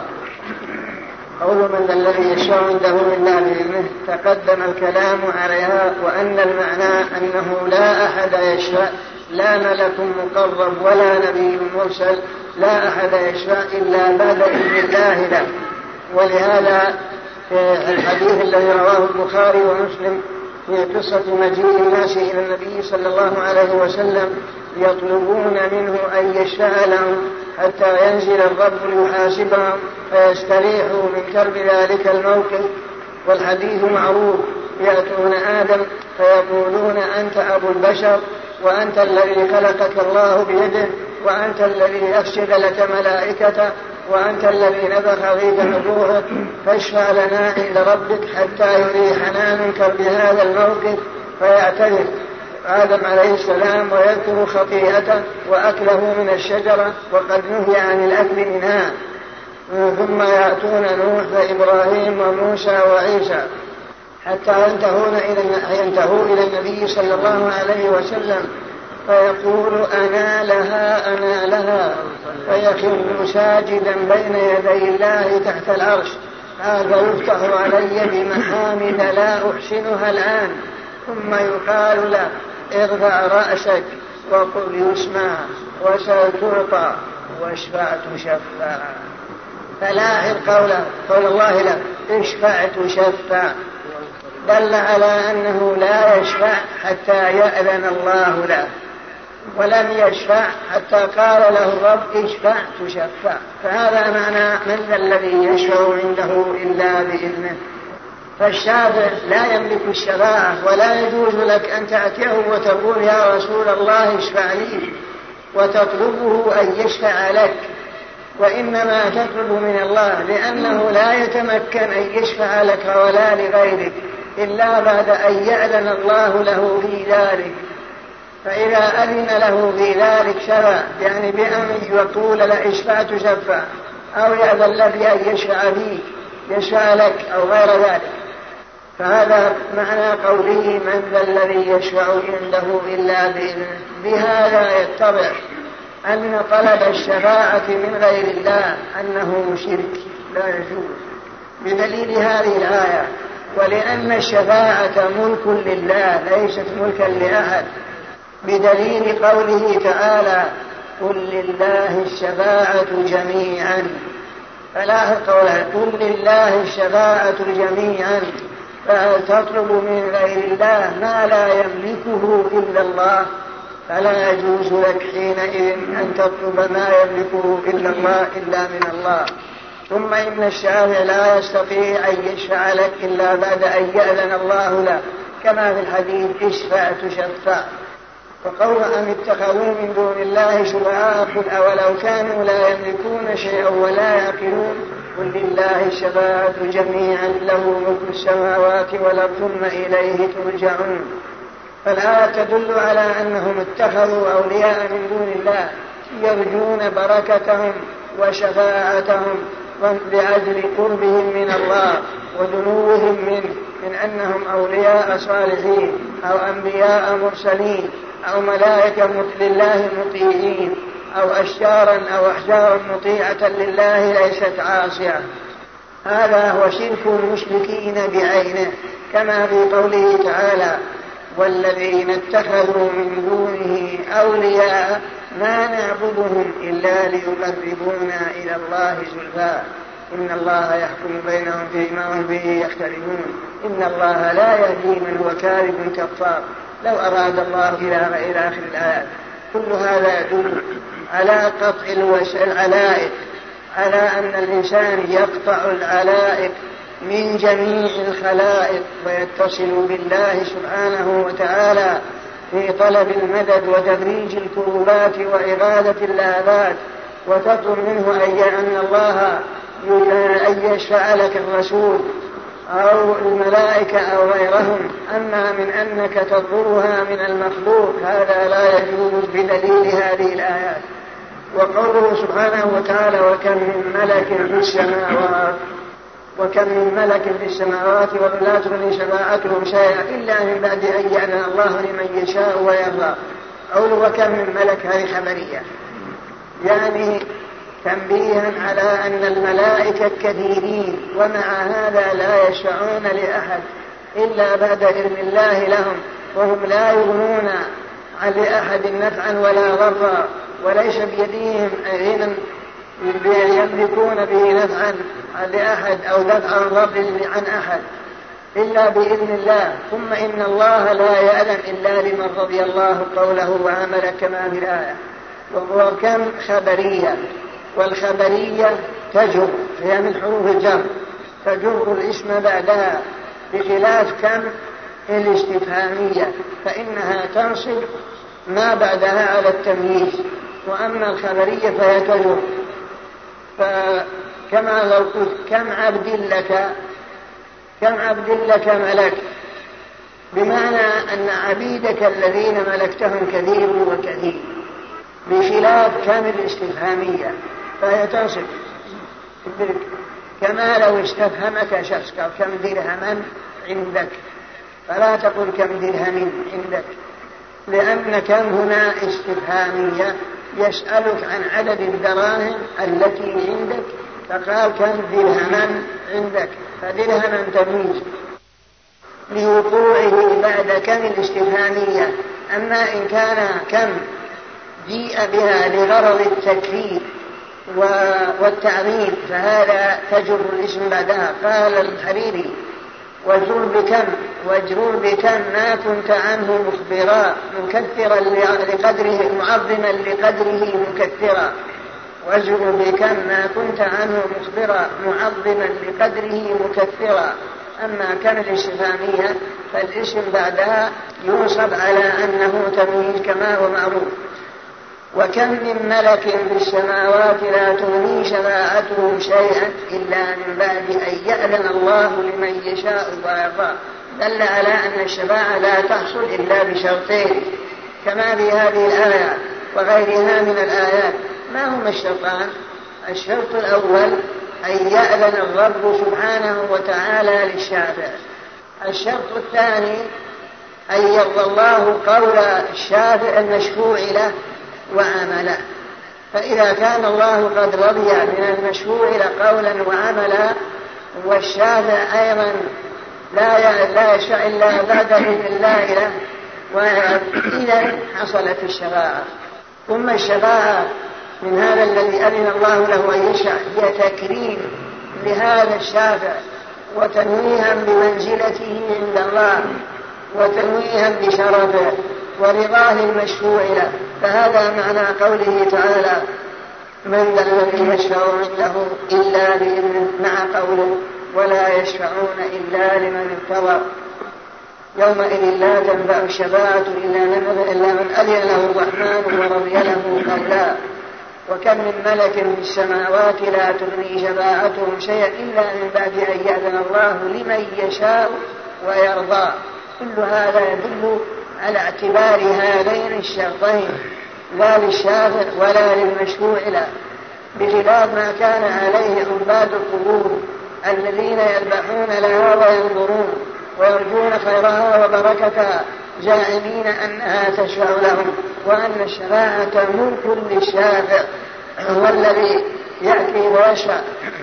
قول من ذا الذي يشفع عنده إلا بإذنه تقدم الكلام عليها، وأن المعنى أنه لا أحد يشفع، لا ملك مقرب ولا نبي مرسل، لا أحد يشفع إلا بعد إذن الله له. ولهذا في الحديث الذي رواه البخاري ومسلم في قصة مجيء الناس إلى النبي صلى الله عليه وسلم يطلبون منه أن يشفع لهم حتى ينزل الرب ليحاسبهم فيستريحوا من كرب ذلك الموقف. والحديث معروف، يأتون آدم فيقولون أنت أبو البشر، وأنت الذي خلقك الله بيده، وأنت الذي أفسد لك ملائكته، وأنت الذي نفخ فيك من روحك، فاشفع لنا عند ربك حتى يريحنا من كرب هذا الموقف. فيعترف آدم عليه السلام ويذكر خطيئته وأكله من الشجرة وقد نهي عن الأكل منها، ثم يأتون نوح وإبراهيم وموسى وعيسى حتى ينتهون إلى ينتهوا إلى النبي صلى الله عليه وسلم فيقول أنا لها أنا لها، فيخر ساجدا بين يدي الله تحت العرش، هذا يفتح علي بمحامد لا أحسنها الآن، ثم يقال له ارفع رأسك وقل يسمع وسل تعطى واشفع تشفع. فلاحظ قوله قول الله له اشفع تشفع دل على أنه لا يشفع حتى يأذن الله له، ولم يشفع حتى قال له الرب اشفع تشفع. فهذا معنى من ذا الذي يشفع عنده إلا بإذنه. فالشافع لا يملك الشفاعة، ولا يجوز لك أن تأتيه وتقول يا رسول الله اشفع لي وتطلبه أن يشفع لك، وإنما تطلب من الله، لأنه لا يتمكن أن يشفع لك ولا لغيرك إلا بعد أن يأذن الله له في ذلك. فإذا أذن له في ذلك شفع، يعني بأن يقول لا اشفع تشفع، أو يأذن له بأن يشفع فيك يشفع لك أو غير ذلك. فهذا معنى قوله من ذا الذي يشفع عنده إلا بإذنه. بهذا يتضح أن طلب الشفاعة من غير الله أنه شرك لا يجوز بدليل هذه الآية، ولأن الشفاعة ملك لله ليست ملكا لأحد، بدليل قوله تعالى قل لله الشفاعة جميعا. فلاحظ قوله قل لله الشفاعة جميعا، فتطلب من غير الله ما لا يملكه إلا الله، فلا يجوز لك حينئذ أن تطلب ما يملكه إلا الله إلا من الله. ثم إن الشافع لا يستطيع أن يشفع لك إلا بعد أن يأذن الله له، كما في الحديث اشفع تشفع. وقول أم اتخذوا من دون الله شفعاء قل أولو كانوا لا يملكون شيئا ولا يعقلون قل لله الشفاعة جميعا له ملك السماوات والأرض ثم إليه ترجعون. فالآية تدل على أنهم اتخذوا أولياء من دون الله يرجون بركتهم وشفاعتهم لأجل قربهم من الله ودنوهم منه، من أنهم أولياء صالحين أو أنبياء مرسلين أو ملائكة لله مطيعين أو أشجارا أو أحجارا مطيعة لله ليست عاصية. هذا هو شرك المشركين بعينه، كما في قوله تعالى والذين اتخذوا من دونه أولياء ما نعبدهم إلا ليقربونا إلى الله زلفى إن الله يحكم بينهم فيما هم به يختلفون إن الله لا يهدي من هو كاذب كفار لو أراد الله إلى آخر الآيات. كل هذا يدل على قطع العلائق، على أن الإنسان يقطع العلائق من جميع الخلائق ويتصل بالله سبحانه وتعالى في طلب المدد وتدريج الكروبات وإغاثة اللهبات، وتطلب منه أن الله أن يشفع لك الرسول أو الملائكة أو غيرهم. أما من أنك تضرها من المخلوق هذا لا يجوز بدليل هذه الآيات. وقوله سبحانه وتعالى وكم من ملك في السماوات وكم من ملك في السماوات ولا تغني شفاعتهم شيئا إلا من بعد أن يأذن الله لمن يشاء ويرضى. قوله وكم من ملك هذه خبرية، يعني تنبيها على أن الملائكة كثيرين، ومع هذا لا يشفعون لأحد إلا بعد إذن الله لهم، وهم لا يغنون عن لأحد نفعا ولا ضرا، وليس بيديهم غنى يملكون به نفعا لأحد أو دفعا ضر عن أحد إلا بإذن الله. ثم إن الله لا يأذن إلا لمن رضي الله قوله وعمل كما في الآية. وكم خبرية، والخبرية تجر، هي من حروف الجر، تجر الاسم بعدها، بخلاف كم الاستفهامية فإنها تنصب ما بعدها على التمييز، وأما الخبرية فهي تجر. فكما لو قلت كم عبد لك كم عبد لك ملك، بمعنى أن عبيدك الذين ملكتهم كثير وكثير، بخلاف كم الاستفهامية فهي تنصب كما لو استفهمك شخص كم درهما عندك، فلا تقل كم درهم عندك، لأن كم هنا استفهامية يسألك عن عدد الدراهم التي عندك، فقال كم درهما عندك، فدرهما تمييز لوقوعه بعد كم الاستفهامية. أما إن كان كم جيء بها لغرض التكرير والتعظيم فهذا تجر الاسم بعدها. قال الحريري واجرر بكم واجرر بكم ما كنت عنه مخبرا مكثرا لقدره معظما لقدره مكثرا، واجرر بكم ما كنت عنه مخبرا معظما لقدره مكثرا. أما كم الاستفهامية فالاسم بعدها ينصب على أنه تمييز كما هو معروف. وكم من ملك في السماوات لا تغني شفاعتهم شيئا إلا من بعد أن يأذن الله لمن يشاء ويرضى، دل على أن الشفاعة لا تحصل إلا بشرطين كما في هذه الآية وغيرها من الآيات. ما هما الشرطان؟ الشرط الأول أن يأذن الرب سبحانه وتعالى للشافع. الشرط الثاني أن يرضى الله قول الشافع المشفوع له وعملا. فإذا كان الله قد رضي من المشفوع له قولا وعملا والشافع أيضا لا يشفع إلا بعد إذن الله له، وإذا حصلت الشفاعة. ثم الشفاعة من هذا الذي أذن الله له أن يشفع هي تكريم لهذا الشافع وتنويها بمنزلته عند الله وتنويها بشرفه ورضاه المشفوع له. فهذا معنى قوله تعالى من ذا الذي يشفع عنده إلا بإذنه، مع قوله ولا يشفعون إلا لمن ارتضى يومئذ لا تنفع الشفاعة إلا من أذن له الرحمن ورضي له قولا. وكم من ملك في السماوات لا تغني شفاعتهم شيئا إلا من بعد أن يأذن الله لمن يشاء ويرضى. كل هذا يدل على اعتبار هذين الشرطين لا للشافع ولا للمشفوع له، بخلاف ما كان عليه عباد القبور الذين يذبحون لها وينظرون ويرجون خيرها وبركتها زاعمين أنها تشفع لهم، وأن الشفاعة ملك للشافع هو الذي يأتي ويشفع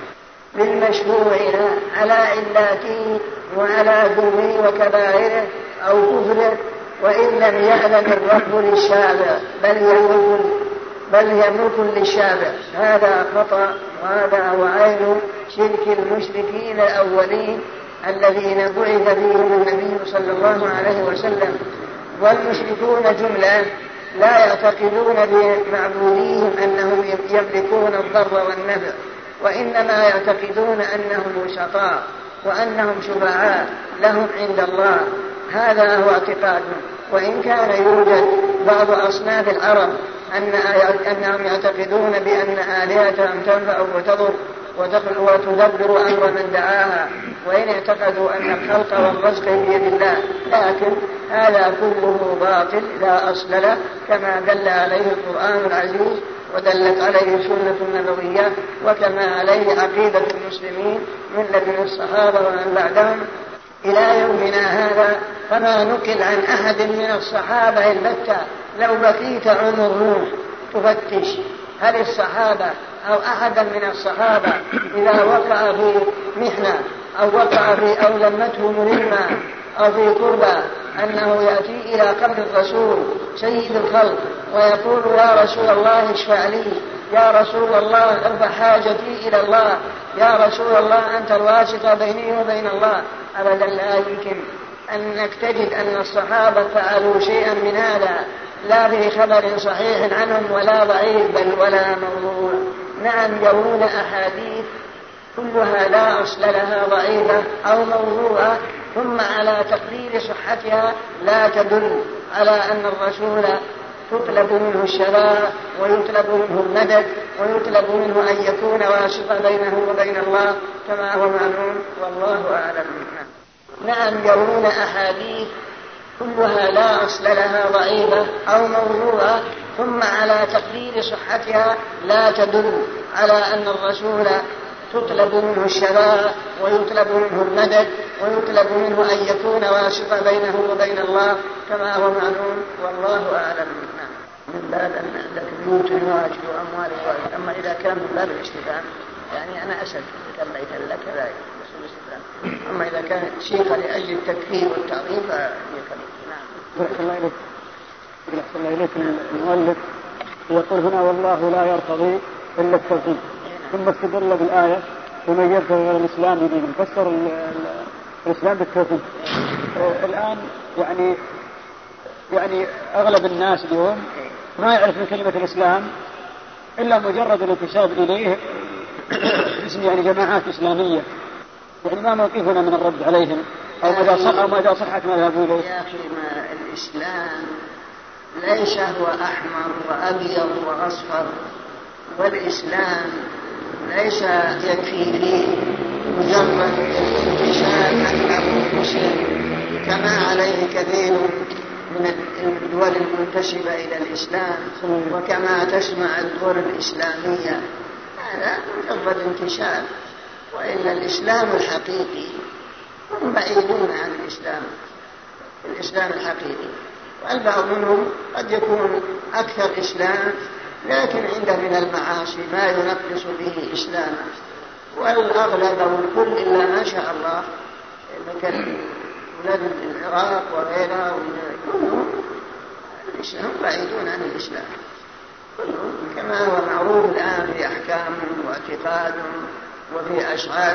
للمشفوع له على علاته وعلى ذنوبه وكبائره أو كفره، وإن لم يأذن الرب للشافع بل هي ملك بل هي ملك للشافع. هذا خطأ، وهذا هو عين شرك المشركين الأولين الذين بعث فيهم النبي صلى الله عليه وسلم. والمشركون جملة لا يعتقدون بمعبوديهم أنهم يملكون الضر والنفع، وإنما يعتقدون أنهم وسطاء وأنهم شفعاء لهم عند الله. هذا هو اعتقادهم. وإن كان يوجد بعض أصناف العرب أن أنهم يعتقدون بأن آلهتهم تنفع وتضر وتدبر أمر من دعاها، وإن اعتقدوا أن الخلق والرزق بيد الله، لكن هذا كله باطل لا أصل له، كما دل عليه القرآن العزيز ودلت عليه السنة النبوية، وكما عليه عقيدة المسلمين من لدن الصحابة ومن بعدهم إلى يومنا هذا. فما نقل عن أحد من الصحابة البتة لو بقيت عمر روح تفتش هل الصحابة أو أحدا من الصحابة إذا وقع في محنة أو وقع في أو لمته ملمة أو في قربة أنه يأتي إلى قبر الرسول سيد الخلق ويقول يا رسول الله اشفع لي، يا رسول الله ارفع حاجتي إلى الله، يا رسول الله أنت الواسطة بيني وبين الله. أبدا لا يمكن أنك تجد أن الصحابة فعلوا شيئا من هذا، لا في خبر صحيح عنهم ولا ضعيف بل ولا موضوع. نعم يروون أحاديث كلها لا أصل لها ضعيفة أو موضوعة، ثم على تقدير صحتها لا تدل على أن الرسول تطلب منه الشفاعة ويطلب منه المدد ويطلب منه أن يكون واسطة بينه وبين الله كما هو معلوم، والله أعلم. نعم يروون أحاديث كلها لا أصل لها ضعيفة أو موضوعة، ثم على تقدير صحتها لا تدل على أن الرسول تطلب منه الشفاعة ويطلب منه المدد ويطلب منه أن يكون واسطة بينه وبين الله كما هو معلوم، والله أعلم. من باب أن عندك بيوت واجب وأموال واجب. أما إذا كان من باب الاستفهام يعني أنا أسأل كم بيتا لك لا يجوز. أما إذا كان شيخ لأجل التكفير والتعظيم فيكفي. نعم. أحسن الله إليك. أحسن الله إليك. المؤلف يقول هنا والله لا يرتضي إلا التوحيد، ثم استدل بالآية ومن يبتغي غير الإسلام دينا، فسر الإسلام بالتوحيد. الآن يعني يعني أغلب الناس اليوم ما يعرف من كلمة الإسلام إلا مجرد الانتساب إليه اسم يعني جماعات إسلامية. يعني ما موقفنا من الرد عليهم أو مدى صحة أو مدى صحة ما يذهبوا إليه؟ يا أخي ما الإسلام ليس هو أحمر وأبيض وأصفر، والإسلام ليس يكفي فيه مجرد الانتساب أنه مسلم كما عليه كثير من الدول المنتسبة إلى الإسلام وكما تسمع الدول الإسلامية. هذا مجرد انتساب، وإلا الإسلام الحقيقي هم بعيدون عن الإسلام الإسلام الحقيقي، والبعض منهم قد يكون أكثر إسلام لكن عنده من المعاصي ما ينقص به إسلامه، والأغلب والكل إلا ما شاء الله مثل ولاد العراق وغيرها كلهم الإسلام بعيدون عن الإسلام كلهم، كما هو معروف الآن في أحكامهم واعتقادهم وفي أشعار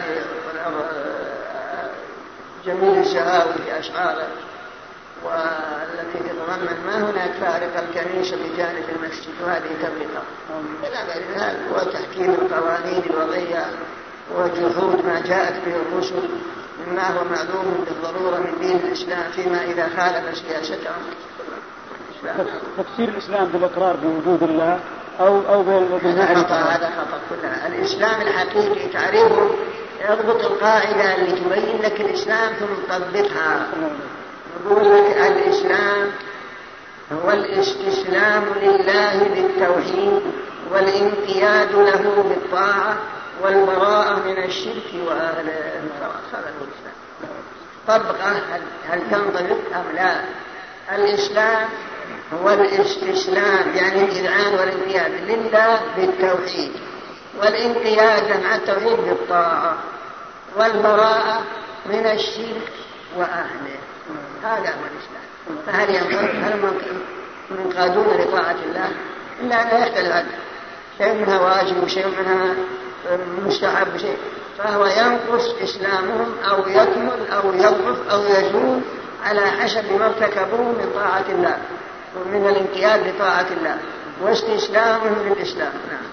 جميل الشهاوي في أشعاره، والتي تتضمن ما هناك فارق الكنيسة بجانب المسجد وهذه تفرقة إلى غير ذلك، وتحكيم القوانين الوضعية وجحود ما جاءت به الرسل مما هو معلوم بالضرورة من دين الإسلام فيما إذا خالف سياستهم. تفسير الإسلام بالإقرار بوجود الله أو أو بالمعرفة هذا خطأ كلها. الإسلام الحقيقي تعريفه يضبط القاعدة اللي تبين لك الإسلام ثم تطبقها. يقول لك الإسلام هو الاستسلام لله بالتوحيد والانقياد له بالطاعة والبراءة من الشرك وأهله. هذا الإسلام. طبقه هل, هل تنطبق أم لا؟ الإسلام هو الاستسلام يعني الإذعان والانقياد لله بالتوحيد، والانقياد مع التوحيد بالطاعة، والبراءة من الشرك وأهله. هذا هو الإسلام. فهل هل منقادون لطاعة الله إلا أن يختلف عنه شيء منها واجب وشيء منها مستحب وشيء، فهو ينقص إسلامهم أو يكمل أو يضعف أو يزول على حسب ما ارتكبوه من طاعة الله ومن الانقياد لطاعة الله واستسلامهم للإسلام. نعم.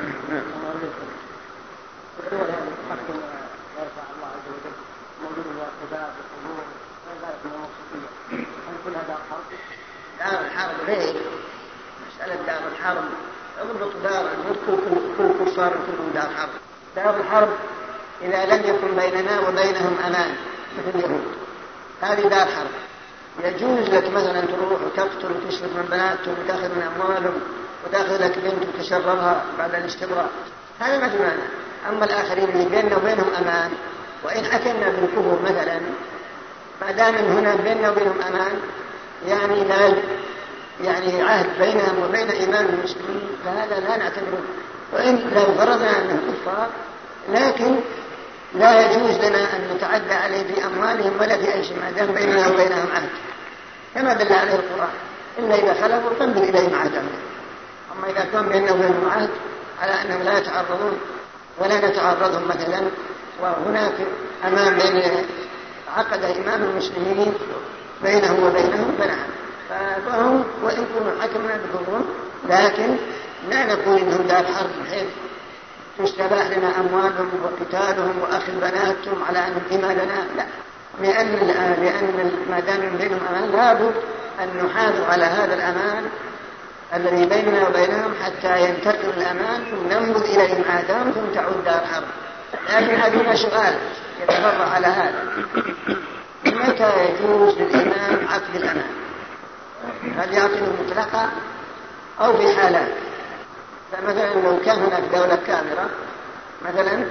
دار الحرب غير مسألة دار الحرب، اضبط دار كل كل كفار كلهم دار حرب. دار الحرب إذا لم يكن بيننا وبينهم أمان مثل اليهود هذه دار حرب. يجوز لك مثلا تروح وتقتل وتشرب من بناتهم وتأخذ من أموالهم وتأخذ لك بنت وتشربها بعد الاستبراء، هذا ما في مانع. أما الآخرين اللي بيننا وبينهم أمان، وإن حكمنا بالكفر مثلا ما دام هنا بيننا وبينهم أمان يعني لا يعني عهد بينهم وبين إمام المسلمين، فهذا لا نعتبره. وإن لو فرضنا أنهم كفار لكن لا يجوز لنا أن نتعدى عليه بأموالهم ولا بأي شيء ما دام بيننا وبينهم عهد، كما دل عليه القرآن إلا إذا خلفوا فانظر إليهم عهدهم. أما إذا كان بيننا وبينهم عهد على أنهم لا يتعرضون ولا نتعرضهم مثلا، وهناك أمام بين عقد إمام المسلمين بينه وبينهم فنعم، فهم وإن كنا حكمنا بكفرهم لكن لا نقول إنهم دار حرب بحيث تستباح لنا أموالهم وقتالهم وأخذ بناتهم على أنهم إما لنا، لا، لأن لأن ما دام بينهم أمان لابد أن نحافظ على هذا الأمان الذي بيننا وبينهم حتى ينتقل الأمان ثم ننبذ إليهم عهدهم ثم تعود دار حرب. لكن هذا سؤال يتفرع على هذا، متى لا يجوز للإمام عقد الأمان، هل يعقد مطلقا أو في حالات. فمثلا لو كان هناك دولة كاملة مثلا،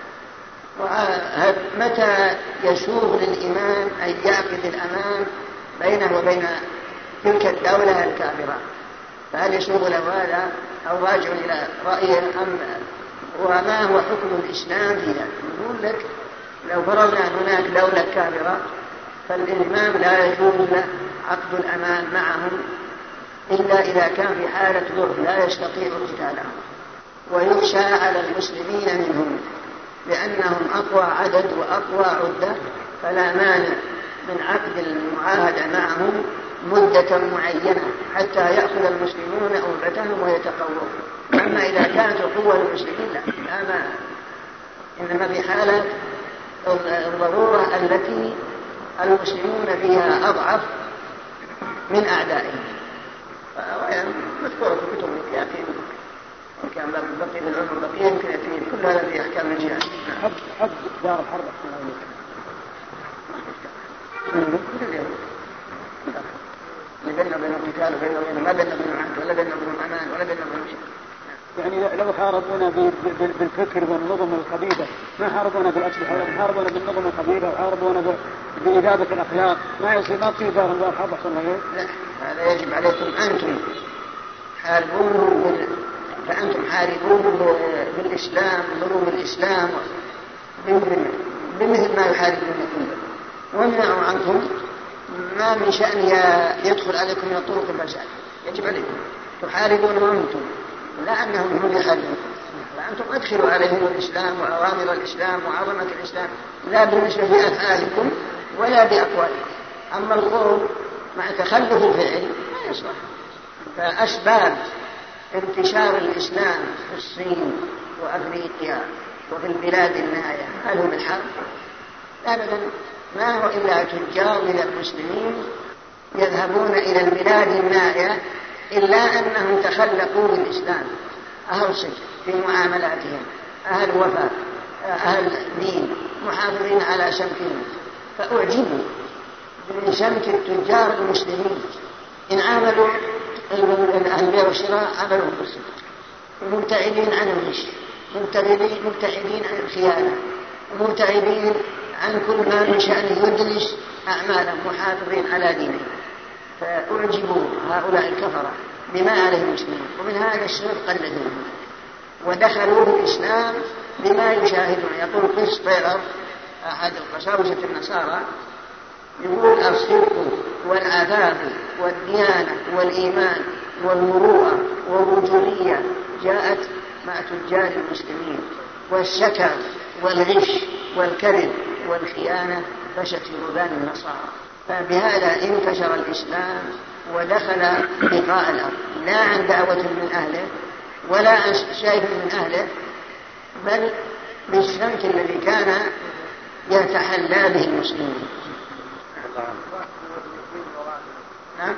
متى يسوغ للإمام أن يعقد الأمان بينه وبين تلك الدولة الكاملة؟ فهل يسوغ له هذا أو راجع إلى رأيه أم وما هو حكم الإسلام في ذلك؟ نقول لك لو فرضنا هناك دولة كاملة فالإمام لا يجوز له عقد الأمان معهم إلا إذا كان في حالة ضعف لا يستطيع قتالهم ويخشى على المسلمين منهم لأنهم أقوى عدد وأقوى عدة، فلا مانع من عقد المعاهدة معهم مدة معينة حتى يأخذ المسلمون أوبتهم ويتقووا. أما إذا كانت القوة للمسلمين لا لا مانع، إنما في حالة الضرورة التي المسلمون فيها أضعف من أعدائهم. مذكورة في كتب الكافين وكان بقي في العلم بقية يمكن يأتي كل هذا في أحكام الجهاد. حد حد دار الحرب بيننا وبين القتال وبيننا وبين ما بيننا وبين عهد ولا بيننا وبين أمان ولا بيننا وبين شيء. يعني لو حاربونا بالفكر والنظم الخبيثة ما حاربونا بالأسلحة، ولا حاربونا بالنظم الخبيثة وحاربونا بإذابة الأخلاق، ما يصير ما تصير دار الله حرب أحسن غير. لا، هذا يجب عليكم أنتم حاربوه بال... فأنتم حاربوه بالإسلام ضروب الإسلام بمثل ما يحاربونكم، وامنعوا عنكم ما من شأن يدخل عليكم من الطرق الفساد. يجب عليكم تحاربون وأنتم لا أنهم هم يحاربون، فأنتم أدخلوا عليهم الإسلام وأوامر الإسلام وعظمة الإسلام لا بالنسبة لأفعالكم ولا بأقوالكم. أما القول مع تخلف الفعل ما يصلح. فأسباب انتشار الإسلام في الصين وأفريقيا وفي البلاد النائية هل هم الحرب؟ أبدا، ما هو إلا تجار من المسلمين يذهبون إلى البلاد النائية إلا أنهم تخلقوا بالإسلام، أهل صدق في معاملاتهم، أهل وفاء، أهل دين، محافظين على سمكهم، فأعجبوا من سمك التجار المسلمين. إن عاملوا أهل البيع والشراء عملوا بالصدق، مبتعدين عن الغش، مبتعدين عن الخيانة، مبتعدين عن كل ما من شأنه يدلس أعمالهم، محافظين على دينهم. فأعجبوا هؤلاء الكفرة بما عليه المسلمين، ومن هذا السبب قلدوهم ودخلوا بالإسلام بما يشاهدون. يقول قس طيرر أحد القساوسة النصارى يقول الصدق والعفاف والديانة والإيمان والمروءة والرجولية جاءت مع تجار المسلمين، والشكر والغش والكذب والخيانة فشت في ربان النصارى. فبهذا انتشر الإسلام ودخل بقاء الأرض، لا عن دعوة من أهله ولا عن شيء من أهله، بل بالسمك الذي كان يتحلى به المسلمين. نعم.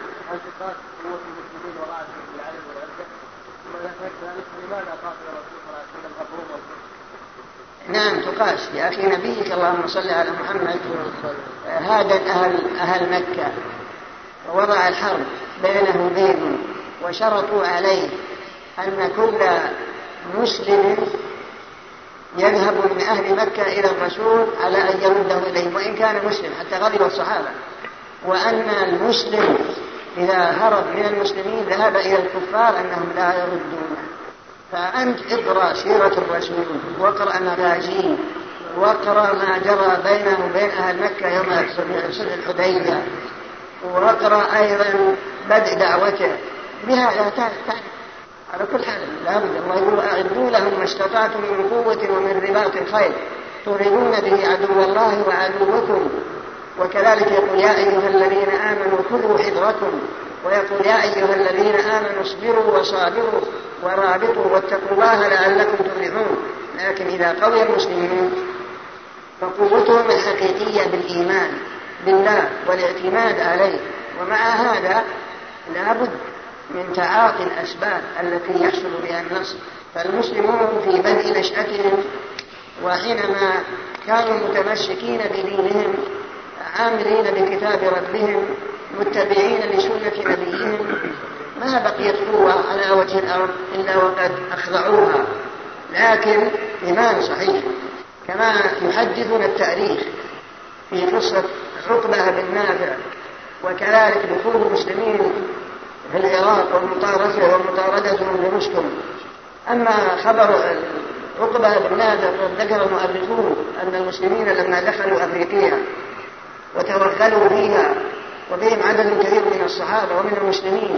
نعم تقاس يا أخي. نبيك اللهم صل على محمد هذا أهل, أهل مكة ووضع الحرب بينه وبينهم وشرطوا عليه أن كل مسلم يذهب من أهل مكة إلى الرسول على أن يرده إليهم وإن كان مسلم، حتى غضب الصحابة، وأن المسلم إذا هرب من المسلمين ذهب إلى الكفار أنهم لا يردونه. فأنت اقرأ سيرة الرسول واقرأ مغازيه واقرأ ما جرى بينه وبين أهل مكة يوم صلح الحديبية، واقرأ أيضا بدء دعوته بها. على كل حال لا بد. الله يقول أعدوا لهم ما استطعتم من قوة ومن رباط الخيل تريدون به عدو الله وعدوكم. وكذلك يقول يا أيها الذين آمنوا خذوا حذركم، ويقول يا أيها الذين آمنوا اصبروا وصابروا ورابطوا واتقوا الله لعلكم تفلحون. لكن إذا قوي المسلمين فقوتهم الحقيقية بالإيمان بالله والاعتماد عليه، ومع هذا لابد من تعاطي الأسباب التي يحصل بها النصر. فالمسلمون في بدء نشأتهم وحينما كانوا متمسكين بدينهم عاملين بكتاب ربهم متبعين لسنة نبيهم ما بقيت قوة على وجه الأرض إلا وقد أخضعوها، لكن إيمان صحيح كما يحدثنا التاريخ في قصة عقبة بن نافع وكذلك دخول المسلمين في العراق ومطاردتهم لرستم. أما خبر عقبة بن نافع ذكر المؤرخون أن المسلمين لما دخلوا أفريقيا وتوغلوا فيها وبهم عدد كبير من الصحابة ومن المسلمين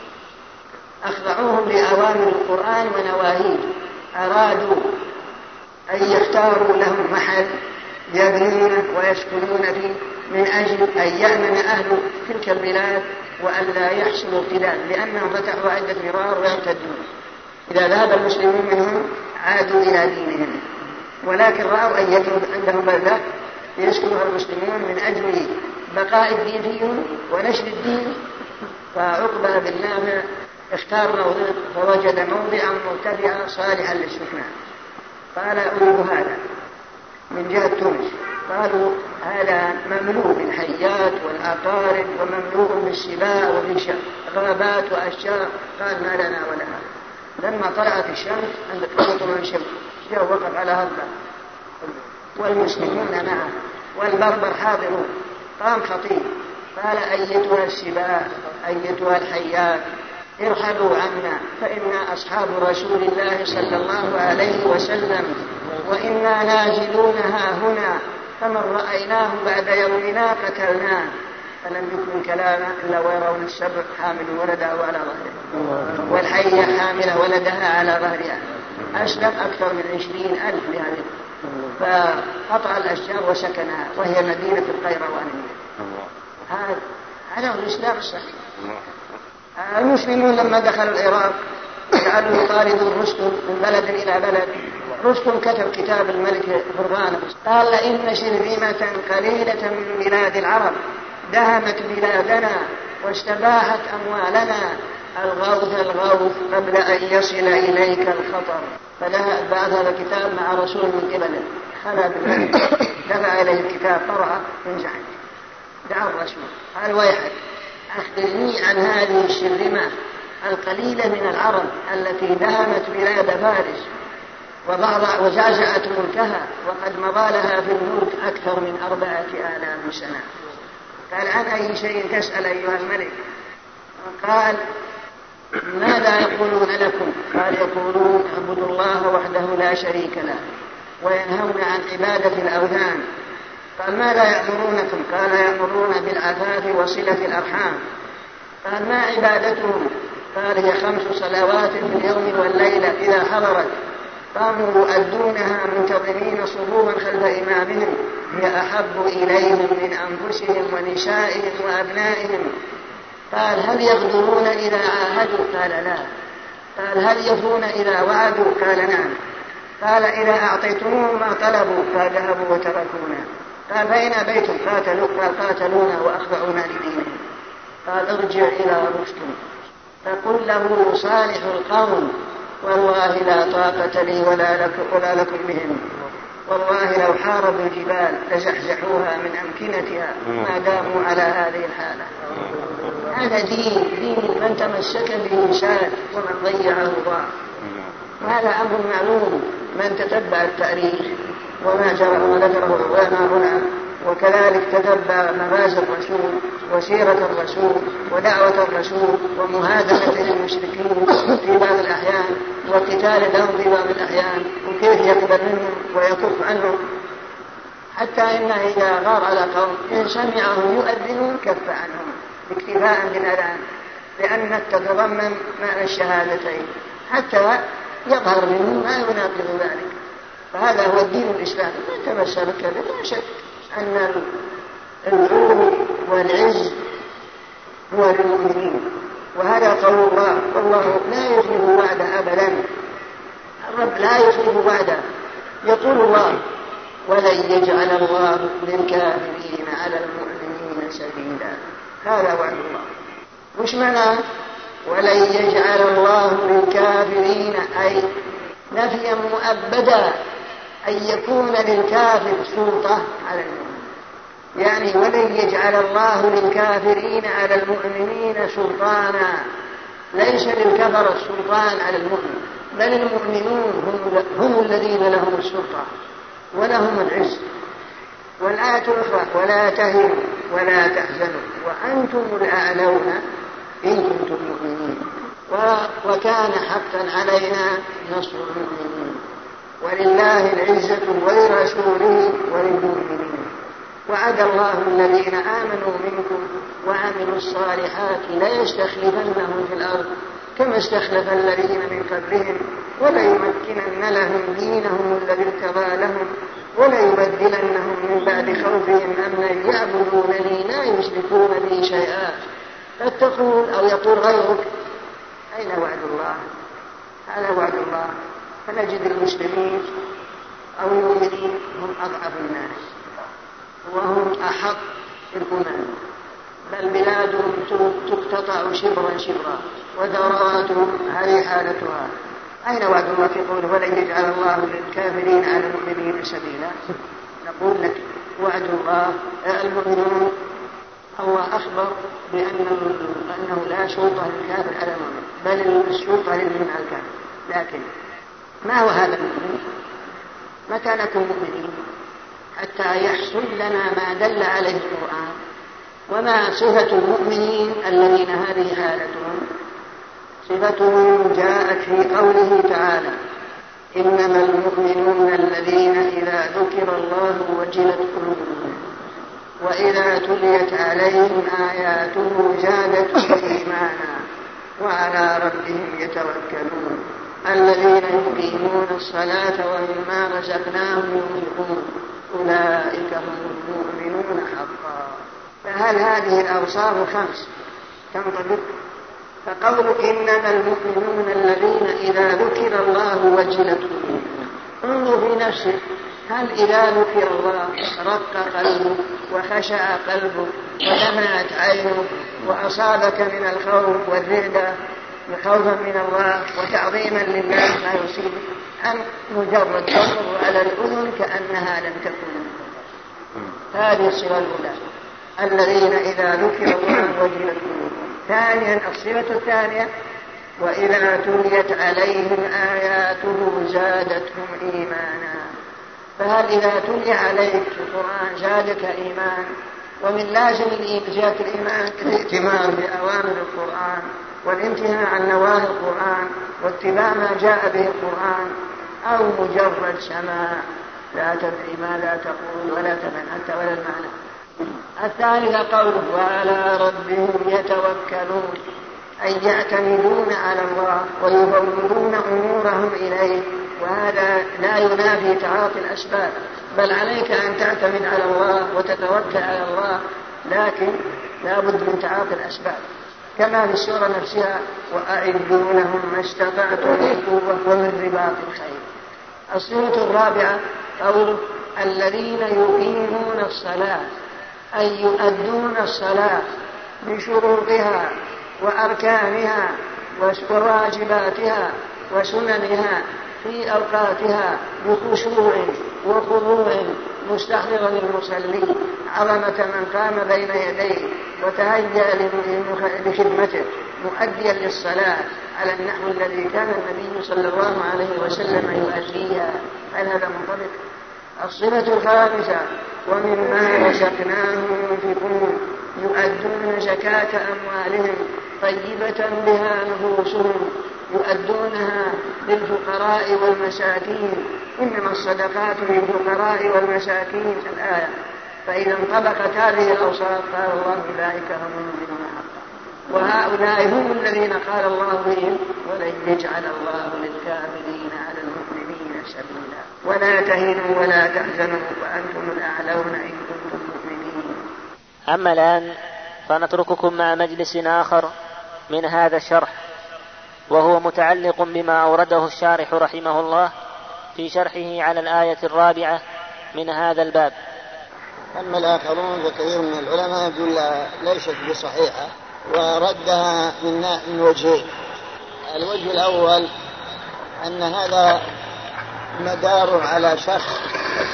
أخضعوهم لأوامر القرآن ونواهيه، أرادوا أن يختاروا لهم محل يبنونه ويسكنون فيه من أجل أن يأمن أهل تلك البلاد وأن لا يحصل ارتداد، لأنهم فتحوا عدة مرار ويرتدون. إذا ذهب المسلمون منهم عادوا إلى دينهم، ولكن رأوا أن يجب عندهم بلدة يسكنها المسلمون من أجل بقاء الدين فيهم ونشر الدين. فعقبة بن نافع اختار موضع فوجد موضعا مرتفعا صالحا للسكنى، قال أريد هذا من جهة تونس. قالوا هذا مملوء بالحيات والعقارب ومملوء بالسباع وبغابات وأشجار. قال ما لنا ولها. لما طلعت الشمس عند قوة من الشمس جاء وقف على هضبة والمسلمون معه والبربر حاضرون. قام خطيب قال أيتها السباع أيتها الحيات ارحلوا عنا فإنا أصحاب رسول الله صلى الله عليه وسلم وإنا نازلونها هنا، فمن رأيناه بعد يومنا قتلناه. فلم يكن كلاما إلا ويرون السبع حامل ولده على ظهره والحية حاملة ولدها على ظهرها. أسلم أكثر من عشرين ألف لهذه، فقطع الأشجار وسكنها وهي مدينة القيروانية. هذا هذا هو الإسلام الصحيح. المسلمون لما دخلوا العراق جعلوا يطاردوا رستم من بلد إلى بلد. رستم كتب كتاب الملك فرغانة قال إن شرذمة قليلة من بلاد العرب دهمت بلادنا واستباحت أموالنا، الغوث الغوث قبل أن يصل إليك الخطر. فبعث هذا الكتاب مع رسول من قبله خلى بالملك دفع إليه الكتاب قرأ انزعج. دعا الرسول قال ويحك أخبرني عن هذه الشرذمة القليلة من العرب التي دهمت بلاد فارس وزعزعت ملكها وقد مضى لها في الملك أكثر من أربعة آلاف سنة. قال عن أي شيء تسأل أيها الملك؟ قال ماذا يقولون لكم؟ قال يقولون اعبدوا الله وحده لا شريك له وينهون عن عبادة الأوثان. قال ماذا يأمرونكم؟ قال يأمرون بالعفاف وصلة الأرحام. قال ما عبادتهم؟ قال هي خمس صلوات في اليوم والليلة إذا حضرت قاموا يؤدونها منتظمين صفوفا خلف إمامهم، هي أحب إليهم من أنفسهم ونسائهم وأبنائهم. قال هل يغدرون إذا عاهدوا؟ قال لا. قال هل يفون إذا وعدوا؟ قال نعم. قال إذا أعطيتموهم ما طلبوا فذهبوا وتركونا. قال فإن أبيتم قاتلوا قال قاتلونا وأخضعونا لدينهم. قال ارجع إلى رشدكم فقل له صالح القوم والله لا طاقة لي ولا لكم, ولا لكم بهم، والله لو حاربوا الجبال لزحزحوها من أمكنتها ما داموا على هذه الحالة. هذا دين دين من تمسك به ساد ومن ضيعه ضاع. وهذا أمر معلوم من تتبع التاريخ وما جرى وذكره علماؤنا وكذلك تتبع مغازي الرسول وسيرة الرسول ودعوة الرسول ومهادنة للمشركين في بعض الأحيان وقتال لهم في بعض الأحيان وكيف يقبل منهم ويكف عنهم، حتى إنه إذا غار على قوم إن سمعهم يؤذنون كف عنهم باكتفاء بالأذان، لأن تتضمن معنى الشهادتين حتى يظهر منهم ما يناقض ذلك. فهذا هو الدين الإسلامي من تمسك به لا شك أن العلو والعز هو للمؤمنين، وهذا قول الله والله لا يخلف وعده أبدا. الرب لا يخلف وعده. يقول الله ولن يجعل الله للكافرين على المؤمنين سبيلا. هذا وعد الله. وش معنى ولن يجعل الله للكافرين؟ أي نفيا مؤبدا أن يكون للكافر سلطة على المؤمن. يعني ولن يجعل الله للكافرين على المؤمنين سلطانا. ليس للكفر السلطان على المؤمن، بل المؤمنون هم, هم الذين لهم السلطان ولهم العز. والآية الأخرى ولا تهنوا ولا تحزنوا وأنتم الأعلون إن كنتم مؤمنين، وكان حقا علينا نصر المؤمنين، ولله العزة ولرسوله وللمؤمنين. وعد الله الذين آمنوا منكم وعملوا الصالحات ليستخلفنهم في الأرض كما استخلف الذين من قبلهم وليمكنن لهم دينهم الذي ارتضى لهم وليبدلنهم من بعد خوفهم أمنا يعبدونني لا يشركون بي شيئا. قد تقول أو يقول غيرك أين وعد الله؟ هذا وعد الله. فنجد المسلمين أو المؤمنين هم أضعف الناس وهم أحق الأمم، بل بلادهم تقتطع شبرا شبرا وثرواتهم هذه حالتها. أين وعد الله في قوله ولن يجعل الله للكافرين على المؤمنين سبيلا؟ نقول لك وعد الله المؤمنون الله أخبر بأنه لا سلطة للكافر على المؤمن، بل السلطة للمؤمن على الكافر. لكن ما هو هذا المؤمن؟ متى نكون مؤمنين؟ حتى يحصل لنا ما دل عليه القرآن. وما صفة المؤمنين الذين هذه حالتهم؟ صفتهم جاءت في قوله تعالى إنما المؤمنون الذين إذا ذكر الله وجلت قلوبهم وإذا تليت عليهم آياته زادتهم إيمانا وعلى ربهم يتوكلون الذين يقيمون الصلاة ومما رزقناهم ينفقون أولئك هم المؤمنون حقا. فهل هذه الأوصاف خمس تنطبق؟ فقول إنما المؤمنون الذين إذا ذكر الله وجلت قلوبهم، انظر في نفسك، هل إذا ذكر الله رق قلبك وخشع قلبك ودمعت عينك وأصابك من الخوف والرعدة خوفا من الله وتعظيما لله ما يصيبك، أم مجرد تمر على الأذن كأنها لم تكن؟ هذه الصفة الأولى الذين إذا ذكر الله وجلت قلوبهم. ثانيا الصفة الثانية وإذا تليت عليهم آياته زادتهم إيمانا. فهل إذا تلي عليك القرآن زادك إيمان؟ ومن لازم زيادة الإيمان الاهتمام بأوامر القرآن والانتهاء عن نواهي القرآن واتباع ما جاء به القرآن، أو مجرد سماع لا تدري ما لا تقول ولا تفهم أنت ولا المعنى. الثالثة قوله وعلى ربهم يتوكلون، أي يعتمدون على الله ويفوضون أمورهم إليه. وهذا لا ينافي تعاطي الأسباب، بل عليك أن تعتمد على الله وتتوكل على الله، لكن لا بد من تعاطي الأسباب كما في السورة نفسها وأعدوا لهم ما استطعتم من قوة ومن رباط الخيل. الصورة الرابعة قوله الذين يقيمون الصلاة، أي يؤدون الصلاة بشروطها وأركانها وواجباتها وسننها في أوقاتها بخشوع وخضوع مستحضرا للمصلي عظمة من قام بين يديه وتهيأ لخدمته مؤديا للصلاة على النحو الذي كان النبي صلى الله عليه وسلم يؤديها. هل هذا منطبق؟ الصفة الخامسة ومما رزقناهم ينفقون، يؤدون زكاة أموالهم طيبة بها نفوسهم، يؤدونها للفقراء والمساكين، إنما الصدقات للفقراء والمساكين الآية. فإذا انطبقت هذه الأوصاف قال الله أولئك هم المؤمنون حقا، وهؤلاء هم الذين قال الله بهم ولن يجعل الله للكافرين على المؤمنين سبيلا ولا تهنوا ولا تحزنوا وأنتم الأعلون إن كنتم مؤمنين. أما الآن فنترككم مع مجلس آخر من هذا الشرح، وهو متعلق بما أورده الشارح رحمه الله في شرحه على الآية الرابعة من هذا الباب. أما الآخرون فكثير من العلماء يقول ليست بصحيحة وردها من وجهين. الوجه الأول أن هذا مدار على شخص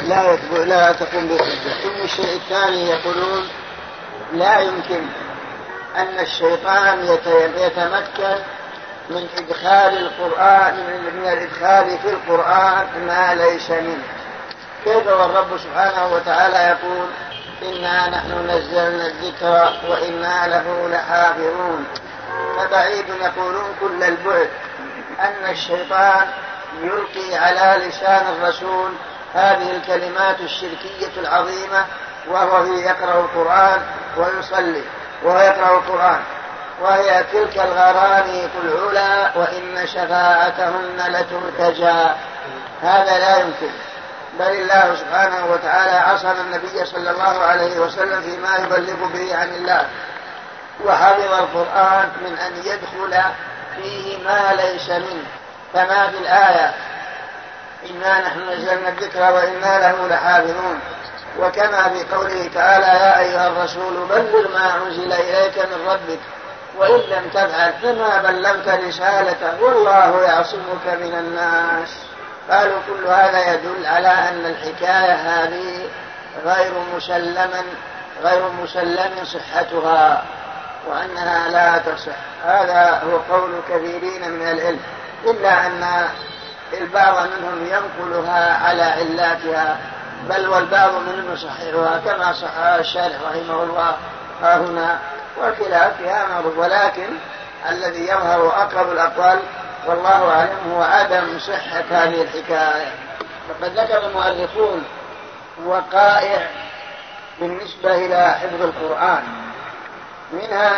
لا لا تقوم بالحجة. ثم الشيء الثاني يقولون لا يمكن أن الشيطان يتمكن من إدخال القرآن من الإدخال في القرآن ما ليس منه. كيف والرب سبحانه وتعالى يقول إنا نحن نزلنا الذكر وإنا له لحافظون. فبعيد يقولون كل البعد أن الشيطان يلقي على لسان الرسول هذه الكلمات الشركية العظيمة وهو يقرأ القرآن ويصلي وهو يقرأ القرآن، وهي تلك الغرانيق العلا وإن شفاعتهن لترتجى. هذا لا يمكن، بل الله سبحانه وتعالى عصم النبي صلى الله عليه وسلم فيما يبلغ به عن الله، وحفظ القرآن من أن يدخل فيه ما ليس منه، كما في الآية إنا نحن نزلنا الذكر وإنا له لحافظون، وكما في قوله تعالى يا أيها الرسول بلغ ما أنزل إليك من ربك وإن لم تفعل فما بلغت رسالته والله يعصمك من الناس. قالوا كل هذا يدل على أن الحكاية هذه غير مسلما غير مسلم صحتها وأنها لا تصح. هذا هو قول كثيرين من العلم، إلا أن البعض منهم ينقلها على علاتها، بل والبعض منهم يصححها كما صححها الشارح رحمه الله ها هنا، والخلاف فيها معروف. ولكن الذي يظهر أقرب الأقوال والله أعلم هو عدم صحة هذه الحكاية. فقد ذكر المؤلفون وقائع بالنسبة إلى حفظ القرآن، منها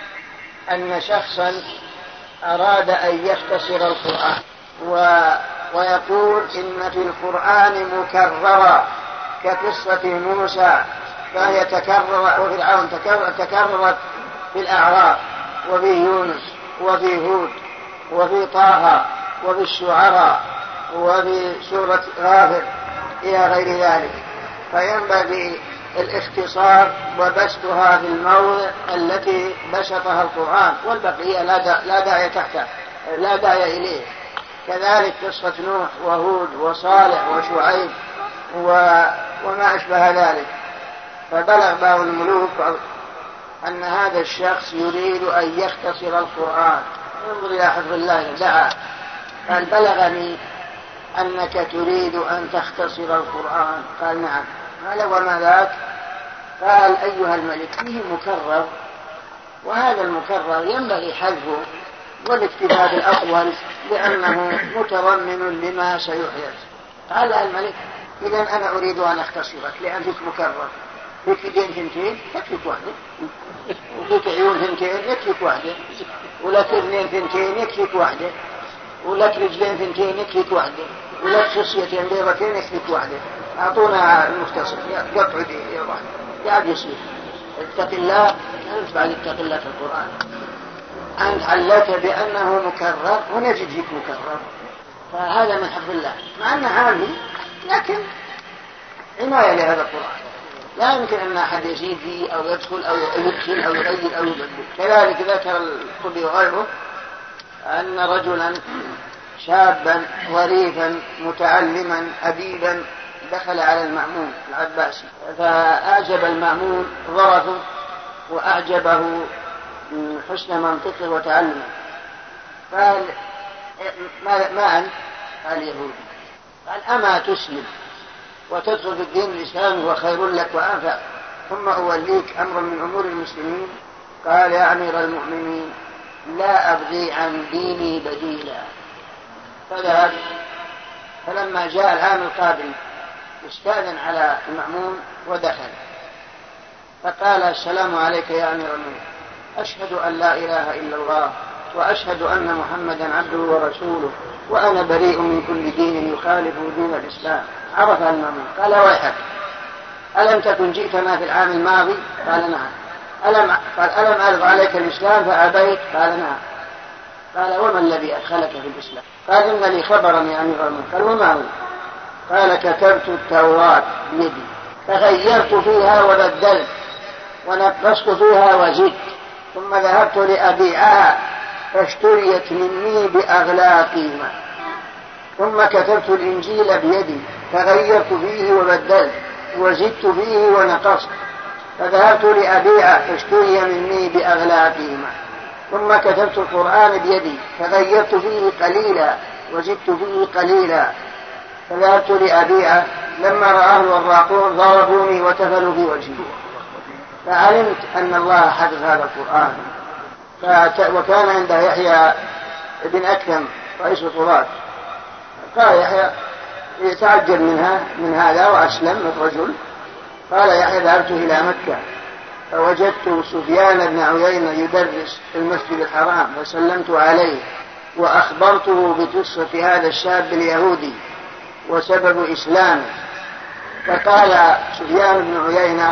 أن شخصا أراد أن يختصر القرآن و... ويقول إن في القرآن مكررة كقصة موسى، فهي تكرر وفرعون تكررت في الأعراف وفي يونس وفي هود وفي طه وفي الشعراء وفي سورة غافر إلى غير ذلك، فينبغي الاختصار وبسطها في الموضع التي بسطها القرآن، والبقية لا داعي تحتها لا داعي إليه. كذلك قصة نوح وهود وصالح وشعيب وما أشبه ذلك. فبلغ بعض الملوك أن هذا الشخص يريد أن يختصر القرآن، انظر إلى حفظ الله، دعا قال بلغني أنك تريد أن تختصر القرآن. قال نعم. قال وما ذاك؟ قال أيها الملك فيه مكرر، وهذا المكرر ينبغي حذفه والاكتفاء بالأقوال لأنه متضمن لما سيحدث. قال الملك إذن أنا أريد أن أختصرك لأن فيك مكرر، فيك يدين ثنتين يكفيك واحدة، وفيك عيون ثنتين يكفيك واحدة، ولك اذنين ثنتين يكفيك واحدة، ولك رجلين ثنتين يكفيك واحدة، ولك خصيتين بيضتين يكفيك واحدة. أعطونا المختصر قطع دي يا واحد قاعد يصير اتق الله. أنت بعد اتق الله في القرآن أنت علت بأنه مكرر ونجد فيك مكرر، فهذا من حفظ الله، مع أنه عامي لكن عناية لهذا القرآن. لا يمكن أن أحد يزيد فيه أو يدخل أو يدخل أو يغير أو يبدل. كذلك ذكر القبي وغيره أن رجلا شابا ظريفا متعلما أديبا دخل على المأمون العباسي، فأعجب المأمون ظرفه وأعجبه حسن منطقه وتعلمه. قال ما, ما أنت؟ قال يهودي. قال أما تسلم وتدخل في الدين الإسلامي وخير لك وأنفع ثم أوليك أمر من أمور المسلمين؟ قال يا أمير المؤمنين لا أبغي عن ديني بديلا. فذهب، فلما جاء العام القادم استأذن على المأمون ودخل، فقال السلام عليك يا أمير المؤمنين، أشهد أن لا إله إلا الله وأشهد أن محمدا عبده ورسوله وأنا بريء من كل دين يخالف دين الإسلام. عرف المأمون قال ويحك ألم تكن جئتنا في العام الماضي؟ قال نعم. ألم قال ألم أعرض عليك الإسلام فأبيت؟ قال نعم. قال وما الذي أدخلك في الإسلام؟ قال إن لي خبرا يا أمير المؤمنين. قال وما هو؟ قال كتبت التوراة بيدي فغيرت فيها وبدلت ونقصت فيها وزدت ثم ذهبت لأبيعها فاشتريت مني بأغلى قيمة. ثم كتبت الإنجيل بيدي فغيرت فيه وبدلت وزدت فيه ونقصت، فذهبت لأبيع فاشتري مني بأغلى قيمة. ثم كتبت القرآن بيدي فغيرت فيه قليلا وزدت فيه قليلا، فذهبت لأبيع، لما رآه الوراقون ضربوني وتفلوا في وجهي، فعلمت أن الله حفظ هذا القرآن. وكان عند يحيى بن أكرم رئيس القضاة، قال يحيى يتعجب منها من هذا وأسلم الرجل. قال يحيى ذهبت إلى مكة فوجدت سفيان بن عيينة يدرس في المسجد الحرام فسلمت عليه وأخبرته بقصة هذا الشاب اليهودي وسبب إسلامه، فقال سفيان بن عيينة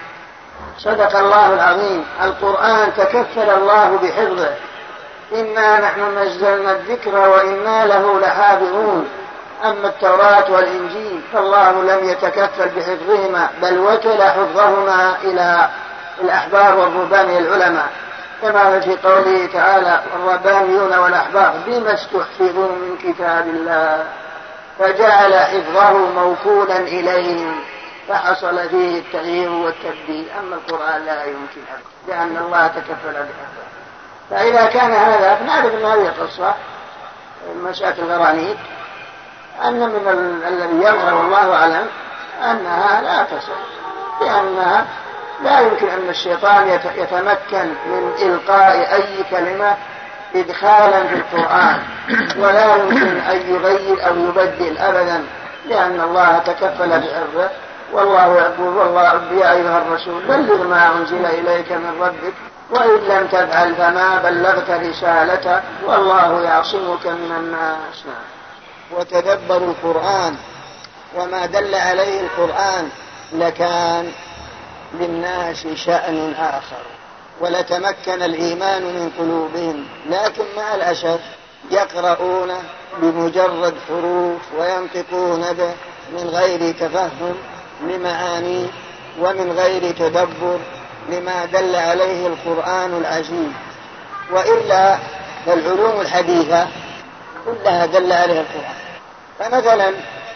صدق الله العظيم، القرآن تكفل الله بحفظه، إنا نحن نزلنا الذكر وإنا له لحافظون. أما التوراة والإنجيل فالله لم يتكفل بحفظهما بل وكل حفظهما إلى الأحبار والرهبان العلماء، كما في قوله تعالى الربانيون والأحبار بما استحفظوا من كتاب الله، فجعل حفظه موكولا إليهم فحصل فيه التغيير والتبديل. أما القرآن لا يمكن حفظه لأن الله تكفل بحفظه. فإذا كان هذا فنعرف أن هذه القصة مسألة الغرانيق أن من الذي يظهر الله أعلم أنها لا تصل، لأنها لا يمكن أن الشيطان يتمكن من إلقاء أي كلمة إدخالا في القرآن، ولا يمكن أن يغير أو يبدل أبدا، لأن الله تكفل بحفظه. والله يقول والله يا أيها الرسول بلغ ما أنزل إليك من ربك وإن لم تفعل فما بلغت رسالته والله يعصمك من الناس. وتدبروا القرآن وما دل عليه القرآن لكان للناس شأن آخر ولتمكن الإيمان من قلوبهم، لكن مع الأسف يقرؤون بمجرد حروف وينطقون به من غير تفهم لمعانيه ومن غير تدبر لما دل عليه القرآن العزيز. وإلا فالعلوم الحديثة كلها دل عليها القرآن. فمثلا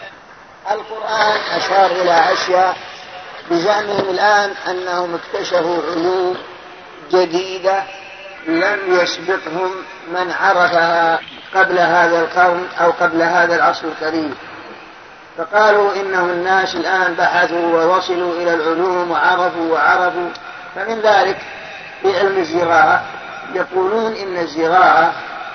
القرآن أشار إلى أشياء بزعمهم الآن أنهم اكتشفوا علوم جديدة لم يسبقهم من عرفها قبل هذا القرن أو قبل هذا العصر الكريم. فقالوا إنه الناس الآن بحثوا ووصلوا إلى العلوم وعرفوا وعرفوا. فمن ذلك في علم الزراعة يقولون إن الزراعة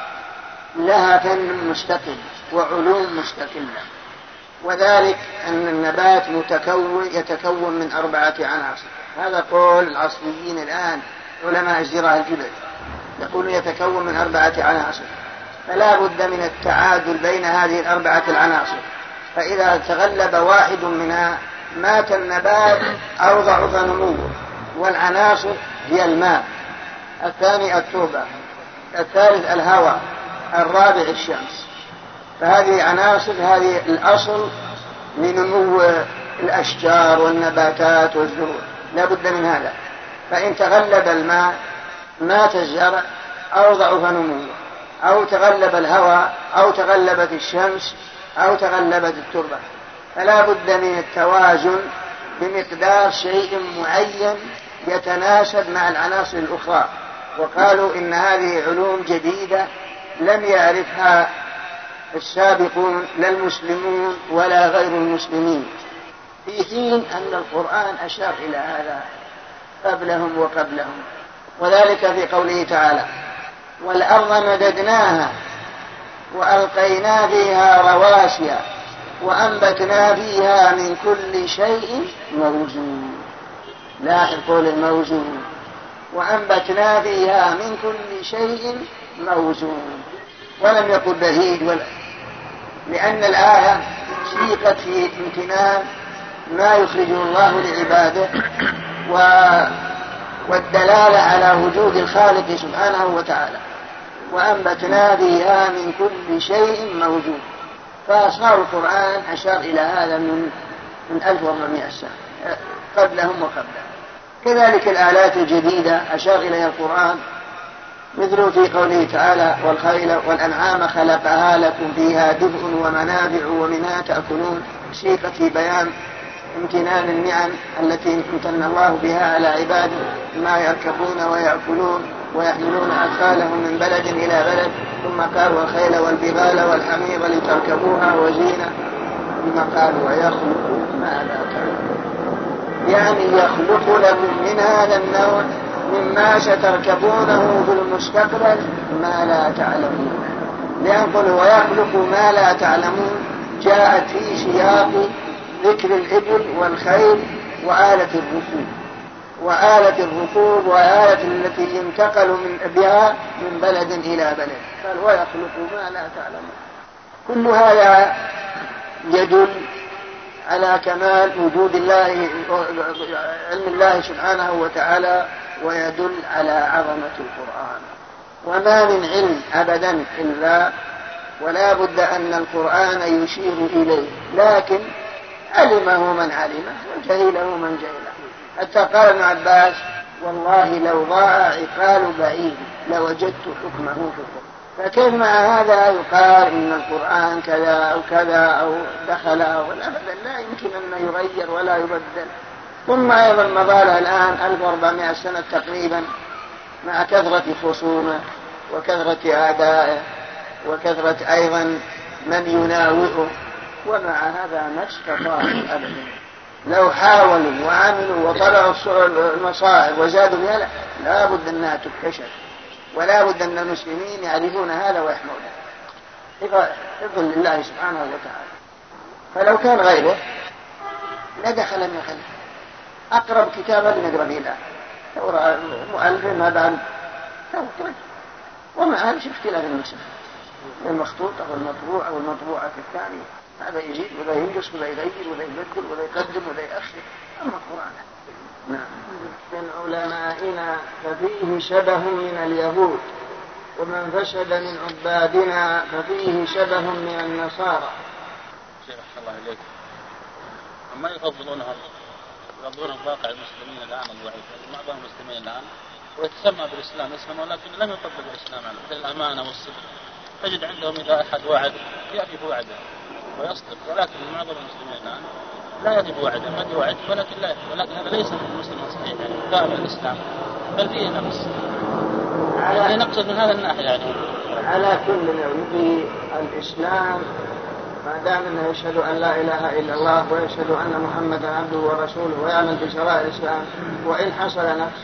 لها فن مستقل وعلوم مستقلة، وذلك أن النبات متكون يتكون من أربعة عناصر. هذا قول العصريين الآن علماء الزراعة الجدد، يقولون يتكون من أربعة عناصر، فلا بد من التعادل بين هذه الأربعة العناصر، فإذا تغلب واحد منها مات النبات أو ضعف نموه. والعناصر هي الماء، الثاني التربة، الثالث الهواء، الرابع الشمس. فهذه عناصر هذه الأصل لنمو الأشجار والنباتات والزروع، لا بد من هذا. فإن تغلب الماء مات الزرع أو ضعف نموه، أو تغلب الهواء أو تغلبت الشمس أو تغلبت التربة. فلا بد من التوازن بمقدار شيء معين يتناسب مع العناصر الأخرى. وقالوا إن هذه علوم جديدة لم يعرفها السابقون لا المسلمون ولا غير المسلمين، في حين أن القرآن أشار إلى هذا قبلهم وقبلهم. وذلك في قوله تعالى والأرض مددناها وألقينا فيها رواسي وأنبتنا فيها من كل شيء موزون. لاحظ قول الموزون، وأنبتنا فيها من كل شيء موزون، ولم يقل بهيج ولا، لأن الآية سيقت في امتنان ما يخرجه الله لعباده و... والدلالة على وجود الخالق سبحانه وتعالى. وأنبتنا فيها من كل شيء موجود. فأصناع القرآن أشار إلى هذا من من ألف وأربعمائة سنة قبلهم وقبلهم. كذلك الآلات الجديدة أشار إليها القرآن مثل في قوله تعالى والخيل والأنعام خلقها لكم فيها دفء ومنافع ومنها تأكلون، سيق في بيان امتنان النعم التي امتن الله بها على عباده ما يركبون ويأكلون ويحملون أثقالهم من بلد إلى بلد، ثم قال والخيل والبغال والحمير لتركبوها وزينة، ثم قال ويخلق ما لا تعلمون، يعني يخلق لكم من هذا النوع مما ستركبونه في المستقبل ما لا تعلمون. ليقول ويخلق ما لا تعلمون جاءت في سياق ذكر الإبل والخيل وآلة الركوب، وآلة الركوب وآلة التي ينتقل من بها من بلد إلى بلد، قال ويخلق ما لا تعلمون. كل هذا يدل على كمال وجود الله علم الله سبحانه وتعالى، ويدل على عظمة القرآن. وما من علم أبدا إلا ولا بد أن القرآن يشير إليه، لكن علمه من علمه وجهله من جهله. حتى قال ابن عباس والله لو ضاع عقال بعيد لوجدت حكمه في القرآن. فكيف مع هذا يقال إن القرآن كذا أو كذا أو دخل أو أبدا لا يمكن أن يغير ولا يبدل. ثم أيضا مضى الآن ألف وأربعمائة سنة تقريبا مع كثرة خصومه وكثرة أعدائه وكثرة أيضا من يناوئه، ومع هذا ما استطاعوا أبدا. لو حاولوا وعملوا وطلعوا المصاعب وزادوا بها لا بد أنها تكتشف، ولا بد أن المسلمين يعرفون هذا ويحمونه حفظا لله سبحانه وتعالى. فلو كان غيره لدخل من خلفه. أقرب كتابا لنقرأ به الآن مؤلف ما بعد توقف، ومع هذا اختلاف النسخ المخطوط أو المطبوع أو المطبوعة الثانية، هذا يزيد ولا ينقص ولا يغير ولا يبدل ولا يقدم ولا يأخر. أما القرآن نعم من علمائنا ففيه شبه من اليهود، ومن فسد من عبادنا ففيه شبه من النصارى. شيخ الله إليك، أما يفضلونها يفضلون واقع المسلمين الآن الضعيف، معظم المسلمين الآن ويتسمى بالإسلام اسما ولكن لم يطبق الإسلام على مثل الأمانة والصدق. تجد عندهم إذا أحد وعد يأتي بوعده ويصدق، ولكن معظم المسلمين الآن لا يأتي بوعده، قد يوعد ولكن لا يأتي. ولكن هذا ليس من المسلم الصحيح يعني دائما الإسلام، بل فيه نقص. يعني نقصد من هذا الناحية يعني. على كل يرضي الإسلام ما دام أنه يشهد أن لا إله إلا الله ويشهد أن محمدا عبده ورسوله ويعمل بشرائع الإسلام، وإن حصل نقص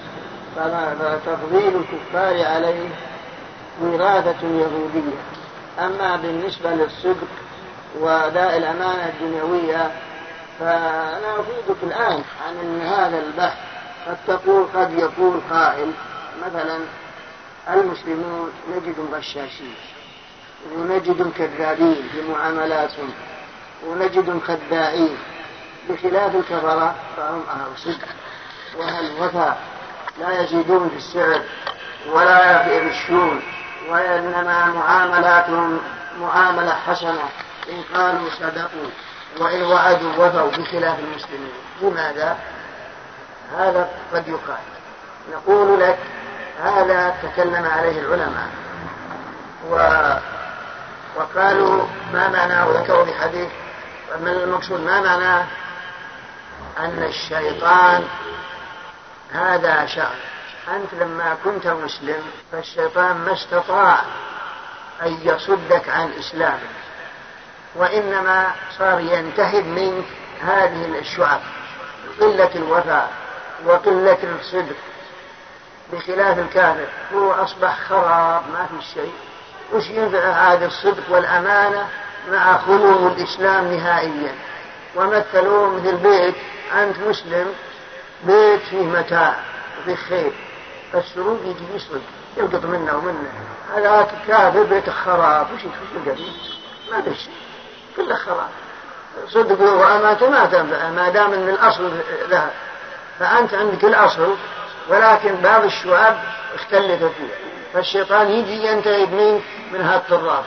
فتفضيل الكفار عليه وراثة يهودية. أما بالنسبة للصدق وأداء الأمانة الدنيوية فأنا أفيدك الآن عن أن هذا البحث قد تقول قد يقول قائل مثلا المسلمون نجد غشاشين ونجد كذابين في معاملاتهم ونجد خداعين، بخلاف الكفرة فهم أهل صدق وأهل وفاء، لا يزيدون في السعر ولا يغشون، وإنما معاملاتهم معاملة حسنة، إن قالوا صدقوا وإن وعدوا وفوا، بخلاف المسلمين. لماذا؟ هذا قد يقال. نقول لك هذا تكلم عليه العلماء و... وقالوا ما معناه، وذكروا بحديث من المقصود ما معناه أن الشيطان هذا شر. أنت لما كنت مسلم فالشيطان ما استطاع أن يصدك عن إسلامك، وإنما صار ينتهب منك هذه الشعب، قلة الوفاء وقلة الصدق، بخلاف الكافر هو أصبح خراب ما في شيء. وش ينفع هذا الصدق والأمانة مع خلو الإسلام نهائيا؟ ومثلوه مثل بيت، أنت مسلم بيت فيه متاع وفيه خير، فالسروق يجي يسرق يلقط منه ومنه، هذا كافر بيت خراب. وش يتفق ما في شيء كله خراب. صدق وأمانته ما تنفع ما دام أن الأصل ذهب. فأنت عندك الأصل ولكن بعض الشعب اختلفت فيه، فالشيطان يجي ينتهب منك من هذا الطراف.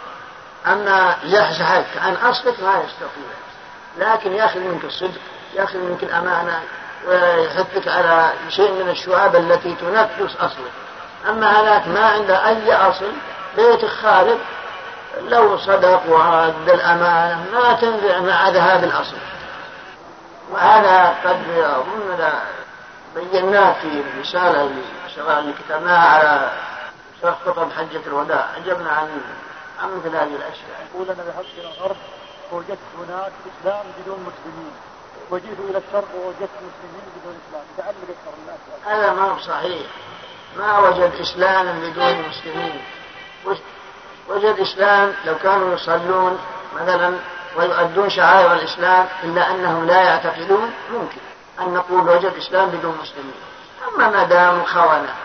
أما يحزحك عن أصلك ما يستطيع، لكن يأخذ منك الصدق، يأخذ منك الأمانة، ويحثك على شيء من الشعاب التي تنفس أصلك. أما هذاك ما عنده أي أصل، بيت خارب لو صدق وعد الأمانة ما تنفع مع ذهاب الأصل. وهذا قد أظن بيناه في الرسالة اللي كتبناها على شرح خطب حجة الوداع، عجبنا عن عن مثل هذه الأشياء. يقول أنا ذهبت إلى الغرب ووجدت هناك إسلام بدون مسلمين، وجئت إلى الشرق ووجدت مسلمين بدون إسلام، تعلق أكثر من الناس. هذا ما هو صحيح، ما وجد إسلام بدون مسلمين. وجد إسلام لو كانوا يصلون مثلا ويؤدون شعائر الإسلام إلا أنهم لا يعتقدون، ممكن أن نقول وجد إسلام بدون مسلمين. أما ما دام خونة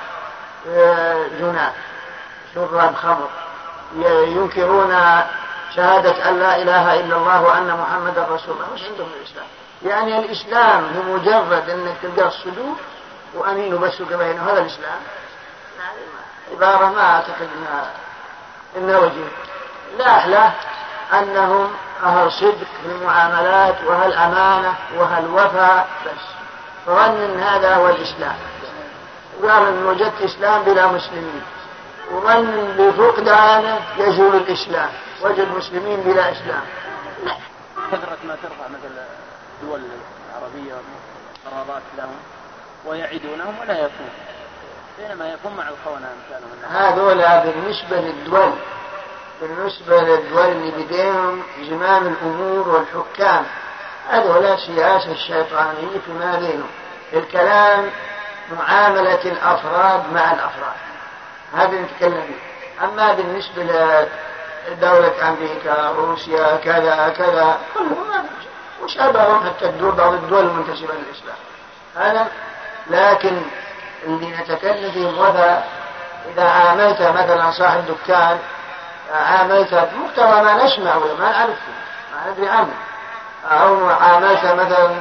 جنات شراب خمر ينكرون شهادة أن لا إله إلا الله وأن محمد رسول الله، وش عندهم الإسلام؟ يعني الإسلام هو مجرد أنك تلقى الصدور وأمين وبسك بينه، هذا الإسلام. يعني عبارة ما أعتقد إنها وجه. لا أحلى أنهم أهل صدق في المعاملات وهل أمانة وهل وفاء، بس فظن أن هذا هو الإسلام. قال أن وجدت إسلام بلا مسلمين، وظن بفقدانه يزول الإسلام، وجد مسلمين بلا إسلام. لا. كثرة ما ترفع مثل الدول العربية قرارات لهم ويعيدونهم ولا يكون، بينما يكون مع الخونة أمثالهم. هذولا بالنسبة للدول بالنسبة للدول اللي بديهم زمام الأمور والحكام، هذولا سياسة الشيطانية فيما بينهم. الكلام معاملة الأفراد مع الأفراد، هذا نتكلم فيه. أما بالنسبة لدولة أمريكا روسيا كذا كذا كلهم وشابههم حتى الدول بعض الدول المنتسبة للإسلام هذا. لكن اللي نتكلم فيه وذا إذا عاملت مثلا صاحب دكان، عاملت بمحتوى ما نسمع ولا ما نعرفه ما ندري عنه، أو عاملت مثلا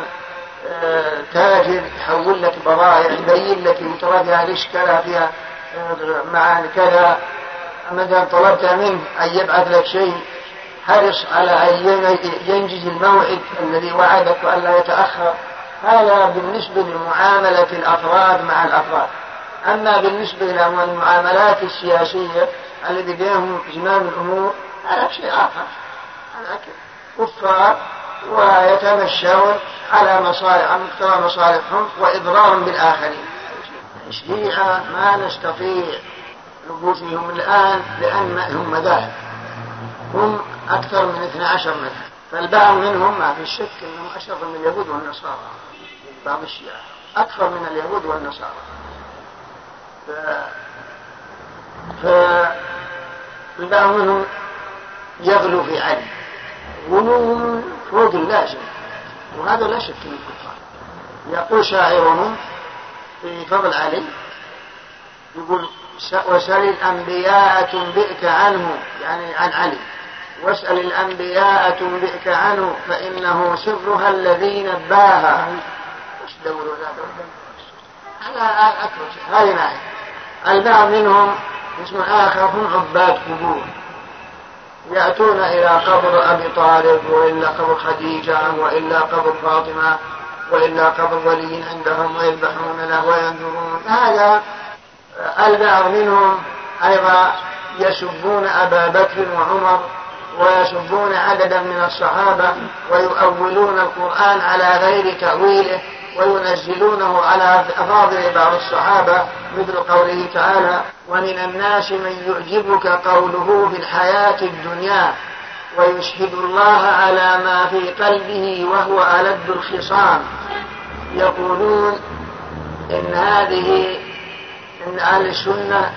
تاجر يحول لك بضائع يبين لك ترى فيها الإشكال فيها معاني كذا، مثلا طلبت منه أن يبعث لك شيء حرص على أن ينجز الموعد الذي وعدك وأن لا يتأخر. هذا بالنسبة لمعاملة الأفراد مع الأفراد. أما بالنسبة للمعاملات السياسية الذي بينهم زمام الأمور هذا شيء آخر، هذا كفار ويتمشون على مصالح مقتضى مصالحهم وإضرار بالآخرين. الشيعة ما نستطيع نقول فيهم الآن لأن هم مذاهب، هم أكثر من اثني عشر مذهب، فالبعض منهم ما في شك أنهم أشر من اليهود والنصارى. بعض الشيعة أكثر من اليهود والنصارى. ف... فالبعض منهم يغلو في علي غلو فوق اللازم، وهذا لا شك من الكفار. يقول شاعرهم في فضل علي يقول وسل الأنبياء تنبئك عنه، يعني عن علي، واسأل الأنبياء تنبئك عنه فإنه سرها الذي نباها. وش دوروا هذا أكبر هذه ناحية. البعض منهم اسم آخر هم عباد قبور، يأتون إلى قبر أبي طالب وإلا قبر خديجة وإلا قبر فاطمة وإلا قبر ولي عندهم ويذبحون له وينذرون. هذا البعض منهم أيضا يسبون أبا بكر وعمر ويسبون عددا من الصحابة ويؤولون القرآن على غير تأويله وينزلونه على أفاضل بعض الصحابة، مثل قوله تعالى ومن الناس من يعجبك قوله في الحياة الدنيا ويشهد الله على ما في قلبه وهو ألد الخصام. يقولون إن هذه إن أهل السنة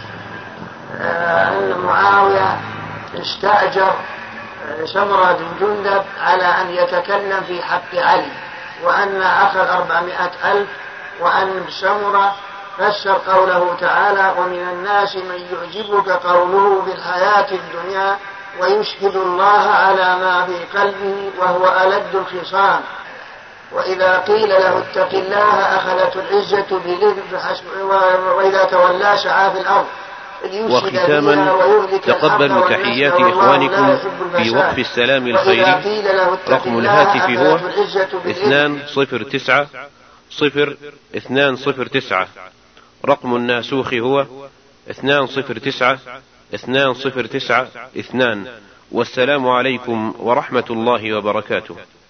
أن معاوية استأجر سمرة بن جندب على أن يتكلم في حق علي، وأن أخذ أربعمائة ألف، وأن سمرة فسر قوله تعالى ومن الناس من يعجبك قوله في الحياة الدنيا ويشهد الله على ما في قلبه وهو ألد الخصام، وإذا قيل له اتق الله أخذته العزة بالإثم وإذا تولى سعى في الأرض. وختاما تقبلوا تحيات إخوانكم في وقف السلام الخيري. رقم الهاتف هو اثنان صفر تسعة صفر اثنان صفر تسعة. رقم الناسوخ هو اثنان صفر تسعة اثنان صفر تسعة اثنان. والسلام عليكم ورحمة الله وبركاته.